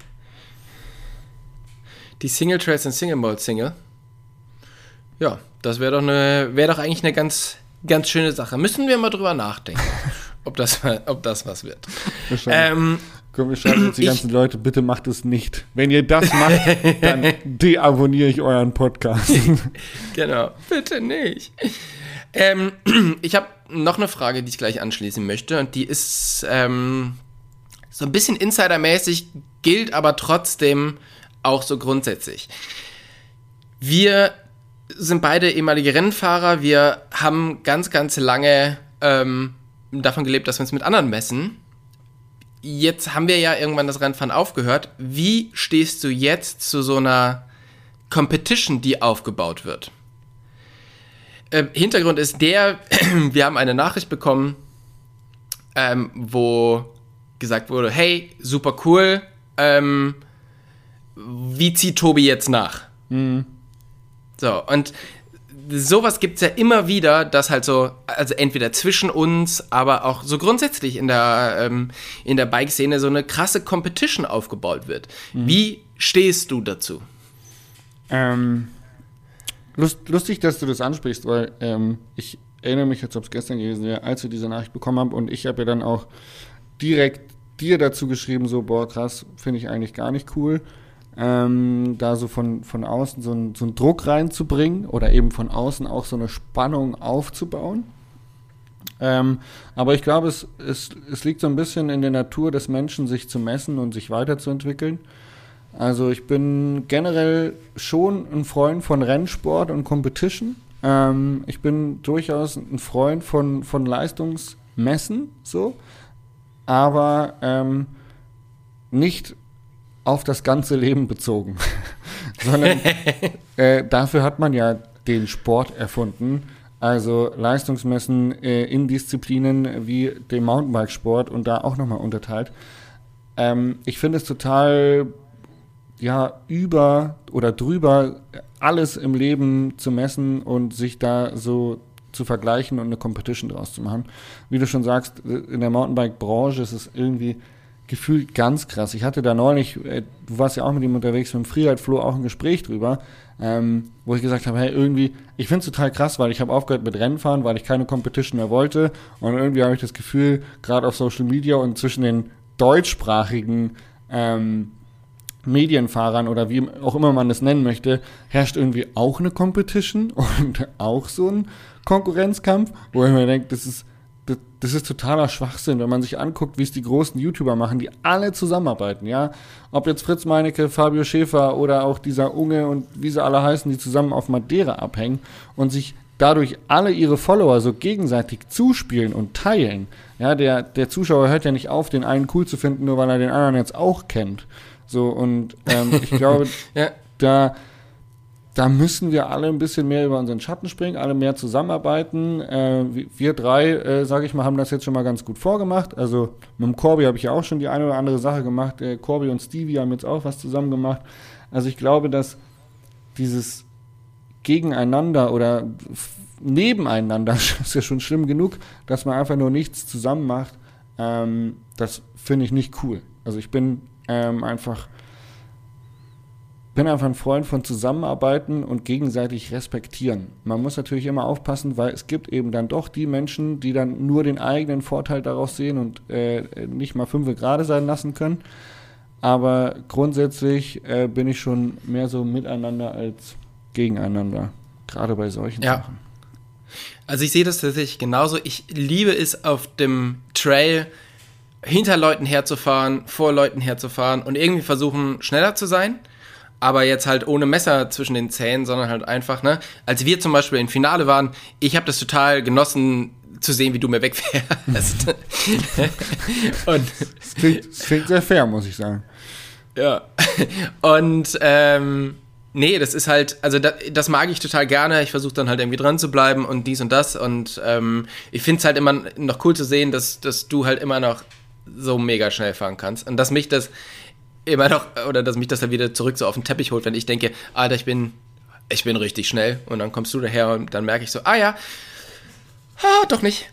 Die Single Trails und Single Mode Single? Ja, das wäre doch eine, wäre doch eigentlich eine ganz, ganz schöne Sache. Müssen wir mal drüber nachdenken, ob das, ob das was wird. Ähm, Komm, wir schreiben jetzt die ich, ganzen Leute, bitte macht es nicht. Wenn ihr das macht, dann deabonniere ich euren Podcast. Genau, bitte nicht. Ähm, ich habe noch eine Frage, die ich gleich anschließen möchte. Und die ist ähm, so ein bisschen insidermäßig, gilt aber trotzdem auch so grundsätzlich. Wir sind beide ehemalige Rennfahrer. Wir haben ganz, ganz lange ähm, davon gelebt, dass wir uns mit anderen messen. Jetzt haben wir ja irgendwann das Rennfahren aufgehört. Wie stehst du jetzt zu so einer Competition, die aufgebaut wird? Äh, Hintergrund ist der, wir haben eine Nachricht bekommen ähm, wo gesagt wurde, hey, super cool, ähm, wie zieht Tobi jetzt nach? Mhm. So, und sowas gibt es ja immer wieder, dass halt so, also entweder zwischen uns, aber auch so grundsätzlich in der, ähm, in der Bike-Szene so eine krasse Competition aufgebaut wird. Mhm. Wie stehst du dazu? Ähm, lust, lustig, dass du das ansprichst, weil ähm, ich erinnere mich, als ob es gestern gewesen wäre, als wir diese Nachricht bekommen haben, und ich habe ja dann auch direkt dir dazu geschrieben, so, boah, krass, finde ich eigentlich gar nicht cool, ähm, da so von, von außen so, ein, so einen Druck reinzubringen oder eben von außen auch so eine Spannung aufzubauen. Ähm, aber ich glaube, es, es, es liegt so ein bisschen in der Natur des Menschen, sich zu messen und sich weiterzuentwickeln. Also ich bin generell schon ein Freund von Rennsport und Competition. Ähm, ich bin durchaus ein Freund von, von Leistungsmessen, so, aber ähm, nicht auf das ganze Leben bezogen, sondern äh, dafür hat man ja den Sport erfunden. Also Leistungsmessen äh, in Disziplinen wie dem Mountainbikesport und da auch nochmal unterteilt. Ähm, ich finde es total ja, über oder drüber alles im Leben zu messen und sich da so zu vergleichen und eine Competition draus zu machen. Wie du schon sagst, in der Mountainbike-Branche ist es irgendwie gefühlt ganz krass. Ich hatte da neulich, äh, du warst ja auch mit ihm unterwegs, mit dem Freeride Flo auch ein Gespräch drüber, ähm, wo ich gesagt habe, hey, irgendwie, ich finde es total krass, weil ich habe aufgehört mit Rennfahren, weil ich keine Competition mehr wollte, und irgendwie habe ich das Gefühl, gerade auf Social Media und zwischen den deutschsprachigen ähm, Medienfahrern oder wie auch immer man das nennen möchte, herrscht irgendwie auch eine Competition und auch so ein Konkurrenzkampf, wo ich mir denke, das ist Das, das ist totaler Schwachsinn, wenn man sich anguckt, wie es die großen YouTuber machen, die alle zusammenarbeiten, ja. Ob jetzt Fritz Meinecke, Fabio Schäfer oder auch dieser Unge und wie sie alle heißen, die zusammen auf Madeira abhängen und sich dadurch alle ihre Follower so gegenseitig zuspielen und teilen. Ja, der, der Zuschauer hört ja nicht auf, den einen cool zu finden, nur weil er den anderen jetzt auch kennt. So, und ähm, ich glaube, ja. da Da müssen wir alle ein bisschen mehr über unseren Schatten springen, alle mehr zusammenarbeiten. Äh, wir drei, äh, sage ich mal, haben das jetzt schon mal ganz gut vorgemacht. Also mit dem Corby habe ich ja auch schon die eine oder andere Sache gemacht. Äh, Corby und Stevie haben jetzt auch was zusammen gemacht. Also ich glaube, dass dieses Gegeneinander oder f- nebeneinander ist ja schon schlimm genug, dass man einfach nur nichts zusammen macht. Ähm, das finde ich nicht cool. Also ich bin ähm, einfach... bin einfach ein Freund von Zusammenarbeiten und gegenseitig respektieren. Man muss natürlich immer aufpassen, weil es gibt eben dann doch die Menschen, die dann nur den eigenen Vorteil daraus sehen und äh, nicht mal fünf gerade sein lassen können. Aber grundsätzlich äh, bin ich schon mehr so miteinander als gegeneinander, gerade bei solchen ja. Sachen. Also ich sehe das tatsächlich genauso. Ich liebe es, auf dem Trail hinter Leuten herzufahren, vor Leuten herzufahren und irgendwie versuchen, schneller zu sein. Aber jetzt halt ohne Messer zwischen den Zähnen, sondern halt einfach, ne? Als wir zum Beispiel im Finale waren, ich habe das total genossen, zu sehen, wie du mir wegfährst. Und das klingt, das klingt sehr fair, muss ich sagen. Ja. Und ähm, nee, das ist halt, also das, das mag ich total gerne. Ich versuche dann halt irgendwie dran zu bleiben und dies und das. Und ähm, ich finde es halt immer noch cool zu sehen, dass, dass du halt immer noch so mega schnell fahren kannst. Und dass mich das immer noch, oder dass mich das dann wieder zurück so auf den Teppich holt, wenn ich denke, Alter, ich bin, ich bin richtig schnell. Und dann kommst du daher und dann merke ich so, ah ja, ah, doch nicht.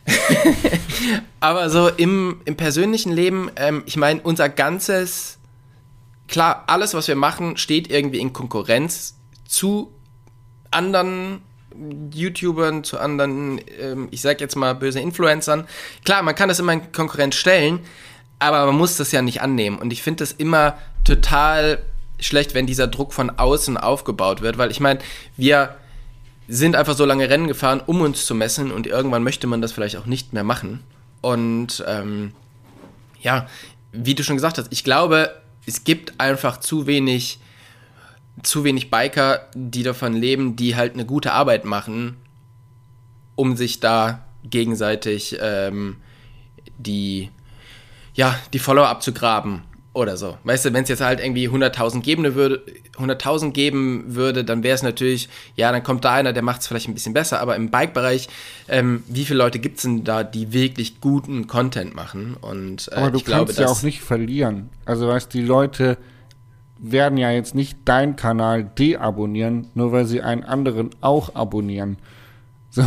Aber so im, im persönlichen Leben, ähm, ich meine, unser ganzes, klar, alles, was wir machen, steht irgendwie in Konkurrenz zu anderen YouTubern, zu anderen, ähm, ich sag jetzt mal, böse Influencern. Klar, man kann das immer in Konkurrenz stellen, aber man muss das ja nicht annehmen. Und ich finde das immer total schlecht, wenn dieser Druck von außen aufgebaut wird, weil ich meine, wir sind einfach so lange Rennen gefahren, um uns zu messen, und irgendwann möchte man das vielleicht auch nicht mehr machen. Und ähm, ja, wie du schon gesagt hast, ich glaube, es gibt einfach zu wenig, zu wenig Biker, die davon leben, die halt eine gute Arbeit machen, um sich da gegenseitig ähm, die, ja, die Follower abzugraben. oder so. Weißt du, wenn es jetzt halt irgendwie hunderttausend geben würde, hunderttausend geben würde, dann wäre es natürlich, ja, dann kommt da einer, der macht es vielleicht ein bisschen besser, aber im Bike-Bereich, ähm, wie viele Leute gibt es denn da, die wirklich guten Content machen? Und äh, aber du ich glaube, kannst ja auch nicht verlieren. Also weißt, die Leute werden ja jetzt nicht deinen Kanal deabonnieren, nur weil sie einen anderen auch abonnieren. So.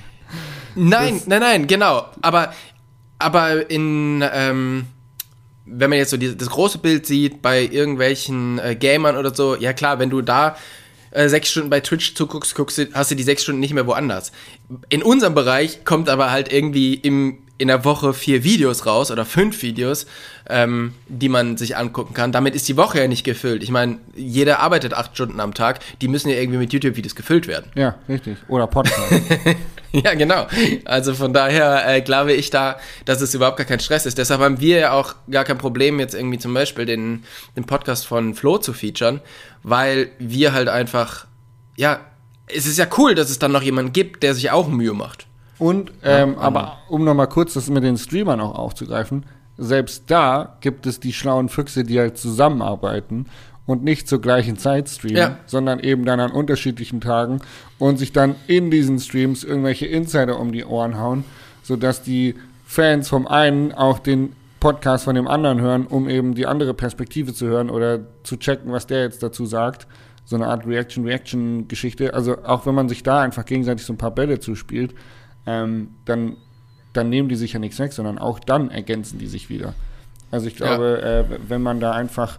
Nein, Das- nein, nein, genau. Aber, aber in, ähm, wenn man jetzt so die, das große Bild sieht bei irgendwelchen äh, Gamern oder so, ja klar, wenn du da äh, sechs Stunden bei Twitch zuguckst, guckst du, hast du die sechs Stunden nicht mehr woanders. In unserem Bereich kommt aber halt irgendwie im, in der Woche vier Videos raus oder fünf Videos, ähm, die man sich angucken kann. Damit ist die Woche ja nicht gefüllt. Ich meine, jeder arbeitet acht Stunden am Tag, die müssen ja irgendwie mit YouTube-Videos gefüllt werden. Ja, richtig. Oder Podcast. Ja, genau. Also von daher äh, glaube ich da, dass es überhaupt gar kein Stress ist. Deshalb haben wir ja auch gar kein Problem, jetzt irgendwie zum Beispiel den, den Podcast von Flo zu featuren, weil wir halt einfach, ja, es ist ja cool, dass es dann noch jemanden gibt, der sich auch Mühe macht. Und, ähm, aber um nochmal kurz das mit den Streamern auch aufzugreifen, selbst da gibt es die schlauen Füchse, die halt zusammenarbeiten und nicht zur gleichen Zeit streamen, Ja. sondern eben dann an unterschiedlichen Tagen und sich dann in diesen Streams irgendwelche Insider um die Ohren hauen, sodass die Fans vom einen auch den Podcast von dem anderen hören, um eben die andere Perspektive zu hören oder zu checken, was der jetzt dazu sagt. So eine Art Reaction-Reaction-Geschichte. Also auch wenn man sich da einfach gegenseitig so ein paar Bälle zuspielt, ähm, dann, dann nehmen die sich ja nichts weg, sondern auch dann ergänzen die sich wieder. Also ich glaube, ja. äh, wenn man da einfach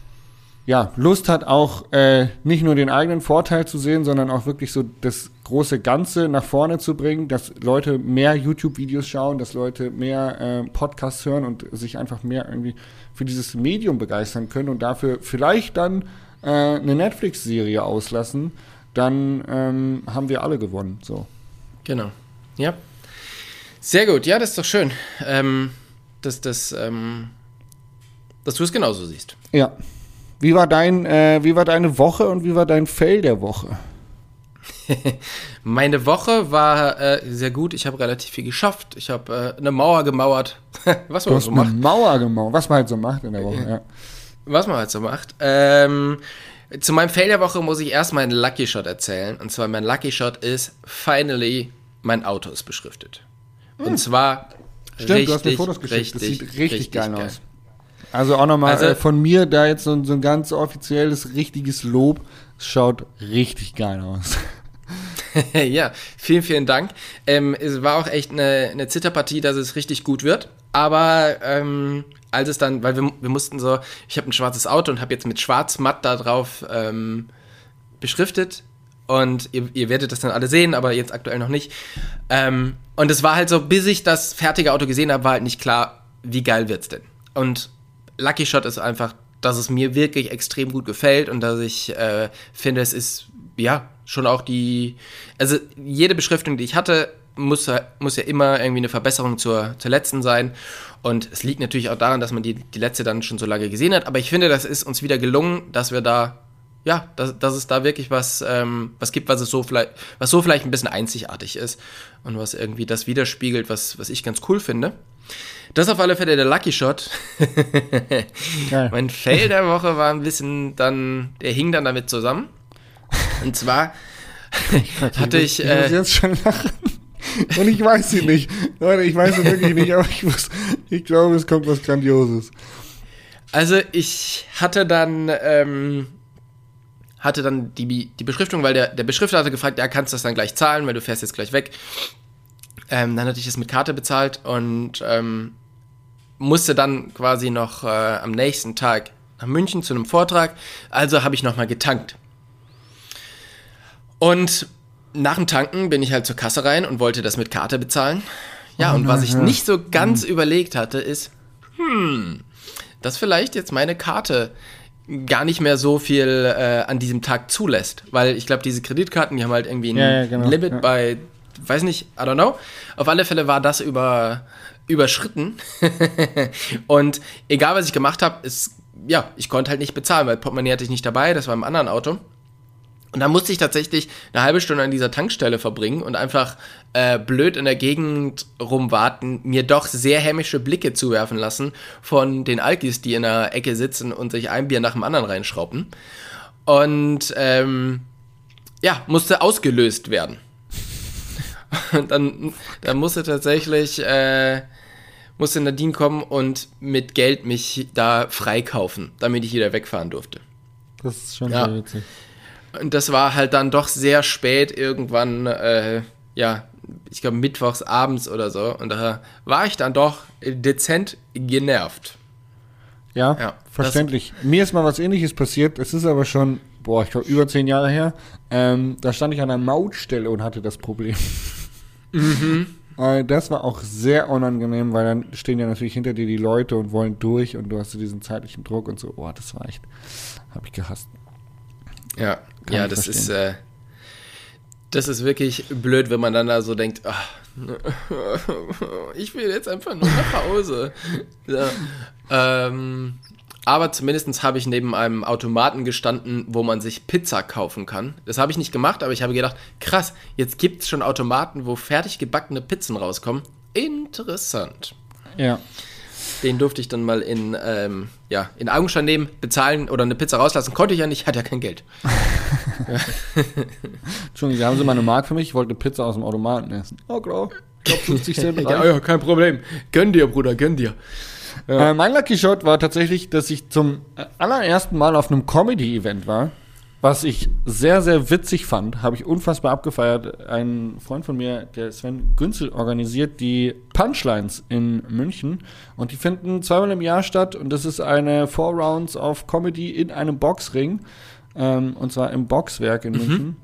ja, Lust hat, auch äh, nicht nur den eigenen Vorteil zu sehen, sondern auch wirklich so das große Ganze nach vorne zu bringen, dass Leute mehr YouTube-Videos schauen, dass Leute mehr äh, Podcasts hören und sich einfach mehr irgendwie für dieses Medium begeistern können und dafür vielleicht dann äh, eine Netflix-Serie auslassen, dann ähm, haben wir alle gewonnen. So. Genau. Ja. Sehr gut. Ja, das ist doch schön, ähm, dass, dass, ähm, dass du es genauso siehst. Ja. Wie war dein, äh, wie war deine Woche und wie war dein Fail der Woche? Meine Woche war äh, sehr gut. Ich habe relativ viel geschafft. Ich habe äh, eine Mauer gemauert. Was man Du so hast eine macht. Mauer gemauert, was man halt so macht in der Woche. Ja. Was man halt so macht. Ähm, zu meinem Fail der Woche muss ich erst meinen Lucky Shot erzählen. Und zwar mein Lucky Shot ist, finally, mein Auto ist beschriftet. Hm. Und zwar Stimmt, richtig, du hast mir Fotos geschickt. richtig, Das sieht richtig, richtig geil, geil aus. Also auch nochmal Also- äh, von mir da jetzt so, so ein ganz offizielles, richtiges Lob. Es schaut richtig geil aus. Ja, vielen, vielen Dank. Ähm, es war auch echt eine, eine Zitterpartie, dass es richtig gut wird. Aber ähm, als es dann, weil wir, wir mussten so, ich habe ein schwarzes Auto und habe jetzt mit schwarz matt da drauf ähm, beschriftet. Und ihr, ihr werdet das dann alle sehen, aber jetzt aktuell noch nicht. Ähm, und es war halt so, bis ich das fertige Auto gesehen habe, war halt nicht klar, wie geil wird's denn. Und Lucky Shot ist einfach, dass es mir wirklich extrem gut gefällt und dass ich äh, finde, es ist, ja, schon auch die, also jede Beschriftung, die ich hatte, muss, muss ja immer irgendwie eine Verbesserung zur, zur letzten sein. Und es liegt natürlich auch daran, dass man die, die letzte dann schon so lange gesehen hat. Aber ich finde, das ist uns wieder gelungen, dass wir da, ja, dass, dass es da wirklich was, ähm, was gibt, was es so vielleicht, was so vielleicht ein bisschen einzigartig ist und was irgendwie das widerspiegelt, was, was ich ganz cool finde. Das ist auf alle Fälle der Lucky Shot. Geil. Mein Fail der Woche war ein bisschen dann, der hing dann damit zusammen. Und zwar hatte ich, Ich muss äh, jetzt schon lachen. Und ich weiß sie nicht. Leute, ich weiß sie wirklich nicht, aber ich, muss, ich glaube, es kommt was Grandioses. also ich hatte dann, ähm, hatte dann die, die Beschriftung, weil der, der Beschrifter hatte gefragt, ja, kannst du das dann gleich zahlen, weil du fährst jetzt gleich weg. Ähm, dann hatte ich das mit Karte bezahlt und ähm, musste dann quasi noch äh, am nächsten Tag nach München zu einem Vortrag. Also habe ich nochmal getankt. Und nach dem Tanken bin ich halt zur Kasse rein und wollte das mit Karte bezahlen. Ja, Oh und was nein, ich ja. nicht so ganz überlegt hatte, ist, hm, dass vielleicht jetzt meine Karte gar nicht mehr so viel äh, an diesem Tag zulässt. Weil ich glaube, diese Kreditkarten, die haben halt irgendwie ein Ja, ja, genau, Limit ja. bei, weiß nicht, I don't know. Auf alle Fälle war das über, überschritten. Und egal, was ich gemacht habe, ist, ja, ich konnte halt nicht bezahlen, weil Portemonnaie hatte ich nicht dabei, das war im anderen Auto. Und da musste ich tatsächlich eine halbe Stunde an dieser Tankstelle verbringen und einfach äh, blöd in der Gegend rumwarten, mir doch sehr hämische Blicke zuwerfen lassen von den Alkis, die in der Ecke sitzen und sich ein Bier nach dem anderen reinschrauben. Und ähm, ja, musste ausgelöst werden. Und dann, dann musste tatsächlich äh, musste Nadine kommen und mit Geld mich da freikaufen, damit ich wieder wegfahren durfte. Das ist schon ja. sehr witzig. Und das war halt dann doch sehr spät irgendwann, äh, ja, ich glaube mittwochs abends oder so. Und da war ich dann doch dezent genervt. Ja, ja verständlich. Mir ist mal was Ähnliches passiert. Es ist aber schon, boah, ich glaube über zehn Jahre her. Ähm, da stand ich an einer Mautstelle und hatte das Problem. Mhm. äh, das war auch sehr unangenehm, weil dann stehen ja natürlich hinter dir die Leute und wollen durch und du hast so diesen zeitlichen Druck und so. Boah, das war echt, habe ich gehasst. Ja, Kann ja, ich das verstehen. ist, äh, das ist wirklich blöd, wenn man dann da so denkt, ach, ich will jetzt einfach nur nach Hause. Ja. Ähm, aber zumindest habe ich neben einem Automaten gestanden, wo man sich Pizza kaufen kann. Das habe ich nicht gemacht, aber ich habe gedacht, krass, jetzt gibt es schon Automaten, wo fertig gebackene Pizzen rauskommen. Interessant. Ja. Den durfte ich dann mal in, ähm, ja, in Augenschein nehmen, bezahlen oder eine Pizza rauslassen. Konnte ich ja nicht, hatte ja kein Geld. Entschuldigung, Sie haben Sie mal eine Mark für mich? Ich wollte eine Pizza aus dem Automaten essen. Oh, klar. Ich glaube fünfzig Cent. Ja, ja, kein Problem. Gönn dir, Bruder, gönn dir. Ja. Äh, mein Lucky Shot war tatsächlich, dass ich zum allerersten Mal auf einem Comedy-Event war, was ich sehr, sehr witzig fand. Habe ich unfassbar abgefeiert. Ein Freund von mir, der Sven Günzel, organisiert die Punchlines in München. Und die finden zweimal im Jahr statt. Und das ist eine Four Rounds of Comedy in einem Boxring. Ähm, und zwar im Boxwerk in Mhm. München.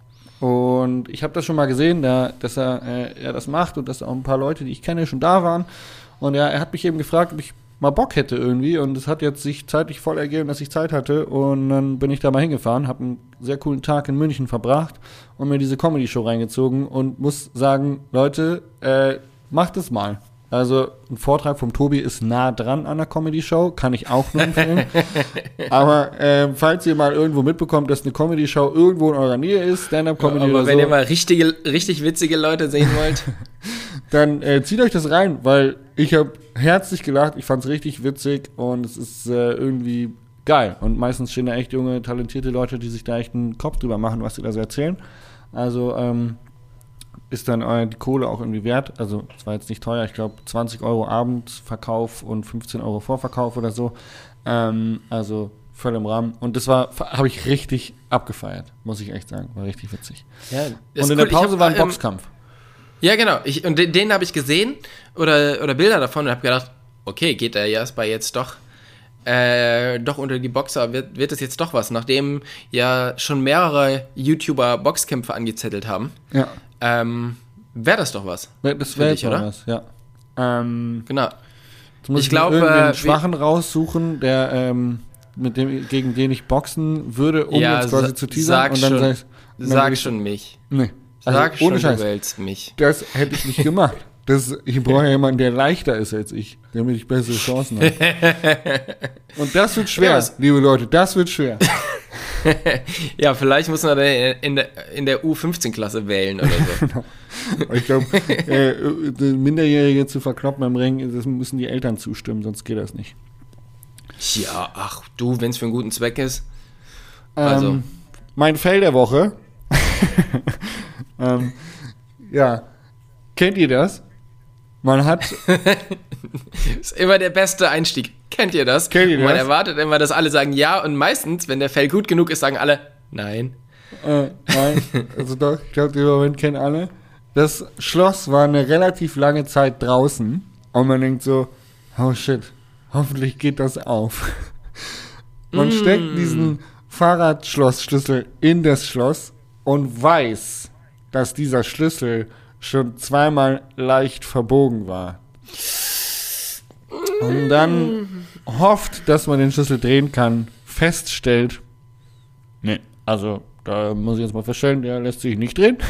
Und ich habe das schon mal gesehen, da, dass er, äh, er das macht und dass auch ein paar Leute, die ich kenne, schon da waren. Und ja, er hat mich eben gefragt, ob ich mal Bock hätte irgendwie. Und es hat jetzt sich zeitlich voll ergeben, dass ich Zeit hatte. Und dann bin ich da mal hingefahren, habe einen sehr coolen Tag in München verbracht und mir diese Comedy-Show reingezogen und muss sagen, Leute, äh, macht es mal. Also ein Vortrag vom Tobi ist nah dran an der Comedy-Show, kann ich auch nur empfehlen. Aber äh, falls ihr mal irgendwo mitbekommt, dass eine Comedy-Show irgendwo in eurer Nähe ist, Stand-Up-Comedy Aber oder wenn so, ihr mal richtige, richtig witzige Leute sehen wollt, dann äh, zieht euch das rein, weil ich habe herzlich gelacht, ich fand's richtig witzig und es ist äh, irgendwie geil. Und meistens stehen da echt junge, talentierte Leute, die sich da echt einen Kopf drüber machen, was sie da so erzählen. Also ähm, ist dann äh, die Kohle auch irgendwie wert. Also es war jetzt nicht teuer, ich glaube zwanzig Euro Abendverkauf und fünfzehn Euro Vorverkauf oder so. Ähm, also voll im Rahmen. Und das war, habe ich richtig abgefeiert, muss ich echt sagen. War richtig witzig. ja, Und in der Pause war ein ähm, Boxkampf. Ja, genau. Ich, und den, den habe ich gesehen oder, oder Bilder davon und habe gedacht, okay, geht der Jasper jetzt doch, äh, doch unter die Boxer, wird, wird das jetzt doch was, nachdem ja schon mehrere YouTuber Boxkämpfe angezettelt haben. Ja. Ähm, wäre das doch was. Das Für wäre dich, jetzt mal oder? was, ja. Ähm, Genau. jetzt muss Ich ich glaub, mir irgendeinen äh, Schwachen raussuchen, der, ähm, mit dem, gegen den ich boxen würde, um Ja, jetzt quasi sa- zu teasern. sag und dann schon. sag ich, dann Sag würd ich, schon mich. Nee. Also, Sag ohne schon, Scheiß. du wählst mich. Das hätte ich nicht gemacht. Das, ich brauche ja jemanden, der leichter ist als ich, damit ich bessere Chancen habe. Und das wird schwer, Ja, liebe Leute, das wird schwer. Ja, vielleicht muss man dann in der, in der U fünfzehn Klasse wählen oder so. Ich glaube, äh, Minderjährige zu verkloppen im Ring, das müssen die Eltern zustimmen, sonst geht das nicht. Ja, ach du, wenn es für einen guten Zweck ist. Also. Ähm, mein Fail der Woche. ähm, ja, kennt ihr das? Man hat, Ist immer der beste Einstieg. Kennt ihr das? Kennt ihr Und man das? erwartet immer, dass alle sagen ja und meistens, wenn der Fell gut genug ist, sagen alle nein. äh, nein, also doch, ich glaube, den Moment kennen alle. Das Schloss war eine relativ lange Zeit draußen und man denkt so, oh shit, hoffentlich geht das auf. Man Mm. steckt diesen Fahrradschlossschlüssel in das Schloss und weiß, dass dieser Schlüssel schon zweimal leicht verbogen war. Und dann hofft, dass man den Schlüssel drehen kann, feststellt, nee, also da muss ich jetzt mal feststellen, der lässt sich nicht drehen.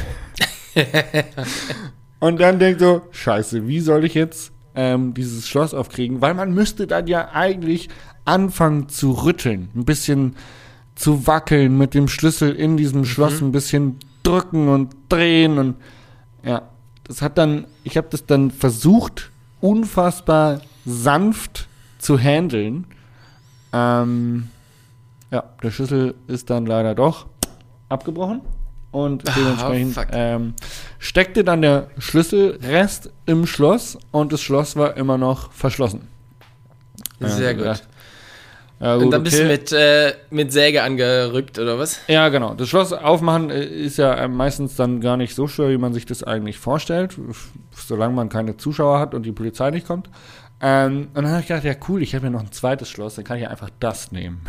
Und dann denkt so, scheiße, wie soll ich jetzt ähm, dieses Schloss aufkriegen? Weil man müsste dann ja eigentlich anfangen zu rütteln, ein bisschen zu wackeln, mit dem Schlüssel in diesem Schloss Mhm. ein bisschen drücken und drehen und ja, das hat dann, ich habe das dann versucht, unfassbar sanft zu handeln. Ähm, ja, der Schlüssel ist dann leider doch abgebrochen und Ah, dementsprechend fuck. ähm, steckte dann der Schlüsselrest im Schloss und das Schloss war immer noch verschlossen. Sehr Ja, gut. ja. Ja, gut, Und dann bist okay. du mit, äh, mit Säge angerückt, oder was? Ja, genau. Das Schloss aufmachen äh, ist ja äh, meistens dann gar nicht so schwer, wie man sich das eigentlich vorstellt, f- solange man keine Zuschauer hat und die Polizei nicht kommt. Ähm, und dann habe ich gedacht, ja cool, ich habe ja noch ein zweites Schloss, dann kann ich ja einfach das nehmen.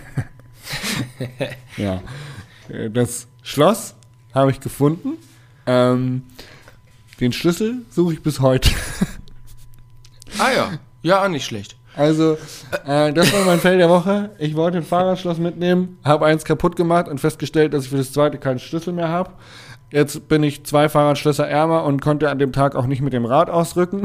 Ja. Äh, Das Schloss habe ich gefunden. Ähm, den Schlüssel suche ich bis heute. Ah ja, ja, auch nicht schlecht. Also, äh, das war mein Fail der Woche. Ich wollte ein Fahrradschloss mitnehmen, habe eins kaputt gemacht und festgestellt, dass ich für das zweite keinen Schlüssel mehr habe. Jetzt bin ich zwei Fahrradschlösser ärmer und konnte an dem Tag auch nicht mit dem Rad ausrücken.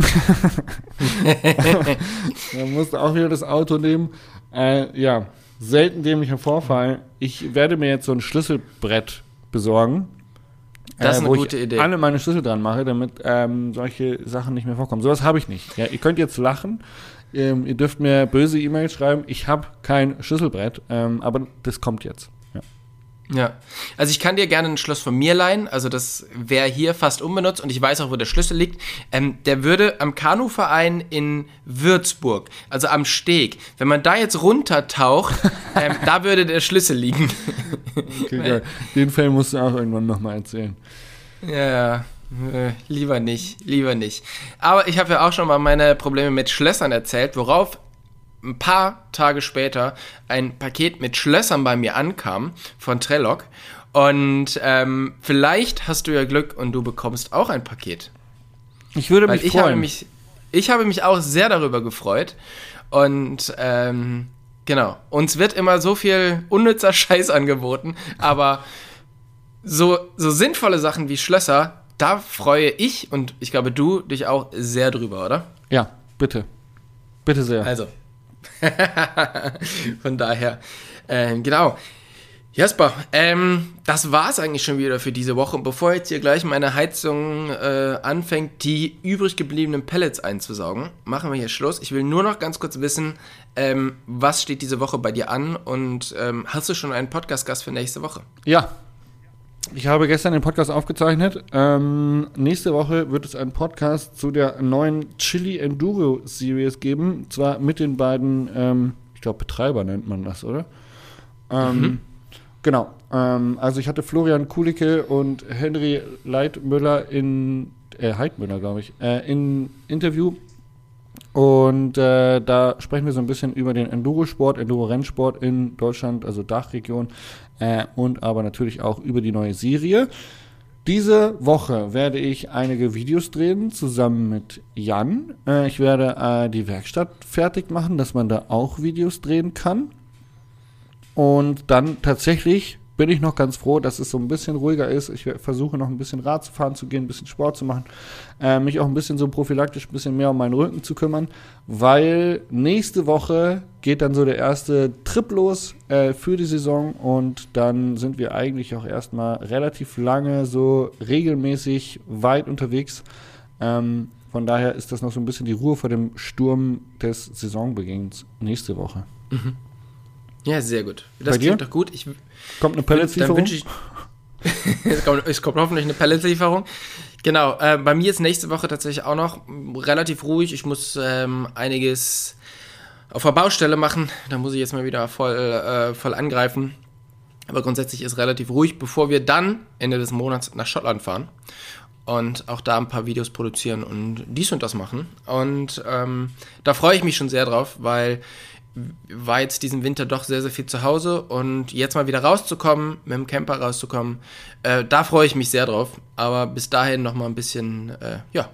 Dann musste auch wieder das Auto nehmen. Äh, ja, selten dämlicher Vorfall. Ich werde mir jetzt so ein Schlüsselbrett besorgen. Das ist eine wo gute ich Idee. alle meine Schlüssel dran mache, damit ähm, solche Sachen nicht mehr vorkommen. Sowas habe ich nicht. Ja, ihr könnt jetzt lachen. Ähm, ihr dürft mir böse E-Mails schreiben. Ich habe kein Schlüsselbrett, ähm, aber das kommt jetzt. Ja. Ja, also ich kann dir gerne ein Schloss von mir leihen, also das wäre hier fast unbenutzt und ich weiß auch, wo der Schlüssel liegt. Ähm, der würde am Kanuverein in Würzburg, also am Steg, wenn man da jetzt runtertaucht, ähm, da würde der Schlüssel liegen. Okay, geil. Den Fall musst du auch irgendwann nochmal erzählen. Ja, äh, lieber nicht, lieber nicht. Aber ich habe ja auch schon mal meine Probleme mit Schlössern erzählt, worauf ein paar Tage später ein Paket mit Schlössern bei mir ankam von Trelloc. Und ähm, vielleicht hast du ja Glück und du bekommst auch ein Paket. Ich würde Weil mich ich freuen. habe mich, ich habe mich auch sehr darüber gefreut. Und ähm, genau, uns wird immer so viel unnützer Scheiß angeboten, aber so, so sinnvolle Sachen wie Schlösser, da freue ich und ich glaube du dich auch sehr drüber, oder? Ja, bitte. Bitte sehr. Also, von daher, ähm, genau. Jasper, ähm, das war's eigentlich schon wieder für diese Woche. Und bevor jetzt hier gleich meine Heizung äh, anfängt, die übrig gebliebenen Pellets einzusaugen, machen wir hier Schluss. Ich will nur noch ganz kurz wissen, ähm, was steht diese Woche bei dir an und ähm, hast du schon einen Podcast-Gast für nächste Woche? Ja. Ich habe gestern den Podcast aufgezeichnet. Ähm, nächste Woche wird es einen Podcast zu der neuen Chili Enduro Series geben. Und zwar mit den beiden, ähm, ich glaube Betreiber nennt man das, oder? Ähm, Mhm. Genau. Ähm, also ich hatte Florian Kulicke und Henry Leitmüller in, äh, Heidmüller, glaube ich, äh, in Interview. Und äh, da sprechen wir so ein bisschen über den Enduro-Sport, Enduro-Rennsport in Deutschland, also Dachregion, äh, und aber natürlich auch über die neue Serie. Diese Woche werde ich einige Videos drehen, zusammen mit Jan. Äh, ich werde äh, die Werkstatt fertig machen, dass man da auch Videos drehen kann. Und dann tatsächlich bin ich noch ganz froh, dass es so ein bisschen ruhiger ist. Ich versuche noch ein bisschen Rad zu fahren zu gehen, ein bisschen Sport zu machen, äh, mich auch ein bisschen so prophylaktisch ein bisschen mehr um meinen Rücken zu kümmern, weil nächste Woche geht dann so der erste Trip los äh, für die Saison und dann sind wir eigentlich auch erstmal relativ lange so regelmäßig weit unterwegs. Ähm, von daher ist das noch so ein bisschen die Ruhe vor dem Sturm des Saisonbeginns nächste Woche. Mhm. Ja, sehr gut. Das Bei dir? klingt doch gut. Ich, Kommt eine dann Pelletslieferung? wünsche ich. es, kommt, es kommt hoffentlich eine Pelletlieferung. Genau, äh, bei mir ist nächste Woche tatsächlich auch noch relativ ruhig. Ich muss ähm, einiges auf der Baustelle machen. Da muss ich jetzt mal wieder voll, äh, voll angreifen. Aber grundsätzlich ist relativ ruhig, bevor wir dann Ende des Monats nach Schottland fahren und auch da ein paar Videos produzieren und dies und das machen. Und ähm, da freue ich mich schon sehr drauf, weil war jetzt diesen Winter doch sehr, sehr viel zu Hause und jetzt mal wieder rauszukommen, mit dem Camper rauszukommen, äh, da freue ich mich sehr drauf. Aber bis dahin noch mal ein bisschen, äh, ja,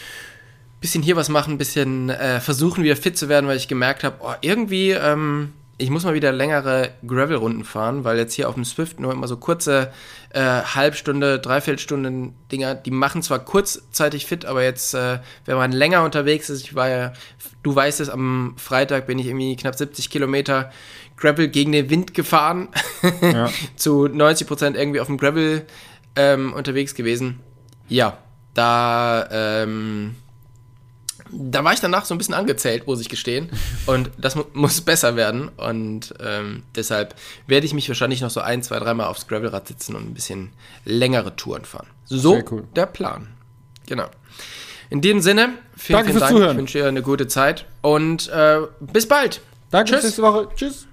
bisschen hier was machen, ein bisschen äh, versuchen, wieder fit zu werden, weil ich gemerkt habe, oh, irgendwie ähm, ich muss mal wieder längere Gravel-Runden fahren, weil jetzt hier auf dem Swift nur immer so kurze äh, Halbstunde, Dreiviertelstunden Dinger, die machen zwar kurzzeitig fit, aber jetzt, äh, wenn man länger unterwegs ist, ich war ja, du weißt es, am Freitag bin ich irgendwie knapp siebzig Kilometer Gravel gegen den Wind gefahren, ja. zu neunzig Prozent irgendwie auf dem Gravel ähm, unterwegs gewesen. Ja, da, ähm, Da war ich danach so ein bisschen angezählt, muss ich gestehen. Und das mu- muss besser werden. Und ähm, deshalb werde ich mich wahrscheinlich noch so ein, zwei, dreimal aufs Gravelrad sitzen und ein bisschen längere Touren fahren. So cool. Der Plan. Genau. In diesem Sinne, vielen, Danke vielen fürs Dank. Zuhören. Ich wünsche dir eine gute Zeit und äh, bis bald. Danke, Tschüss. bis nächste Woche. Tschüss.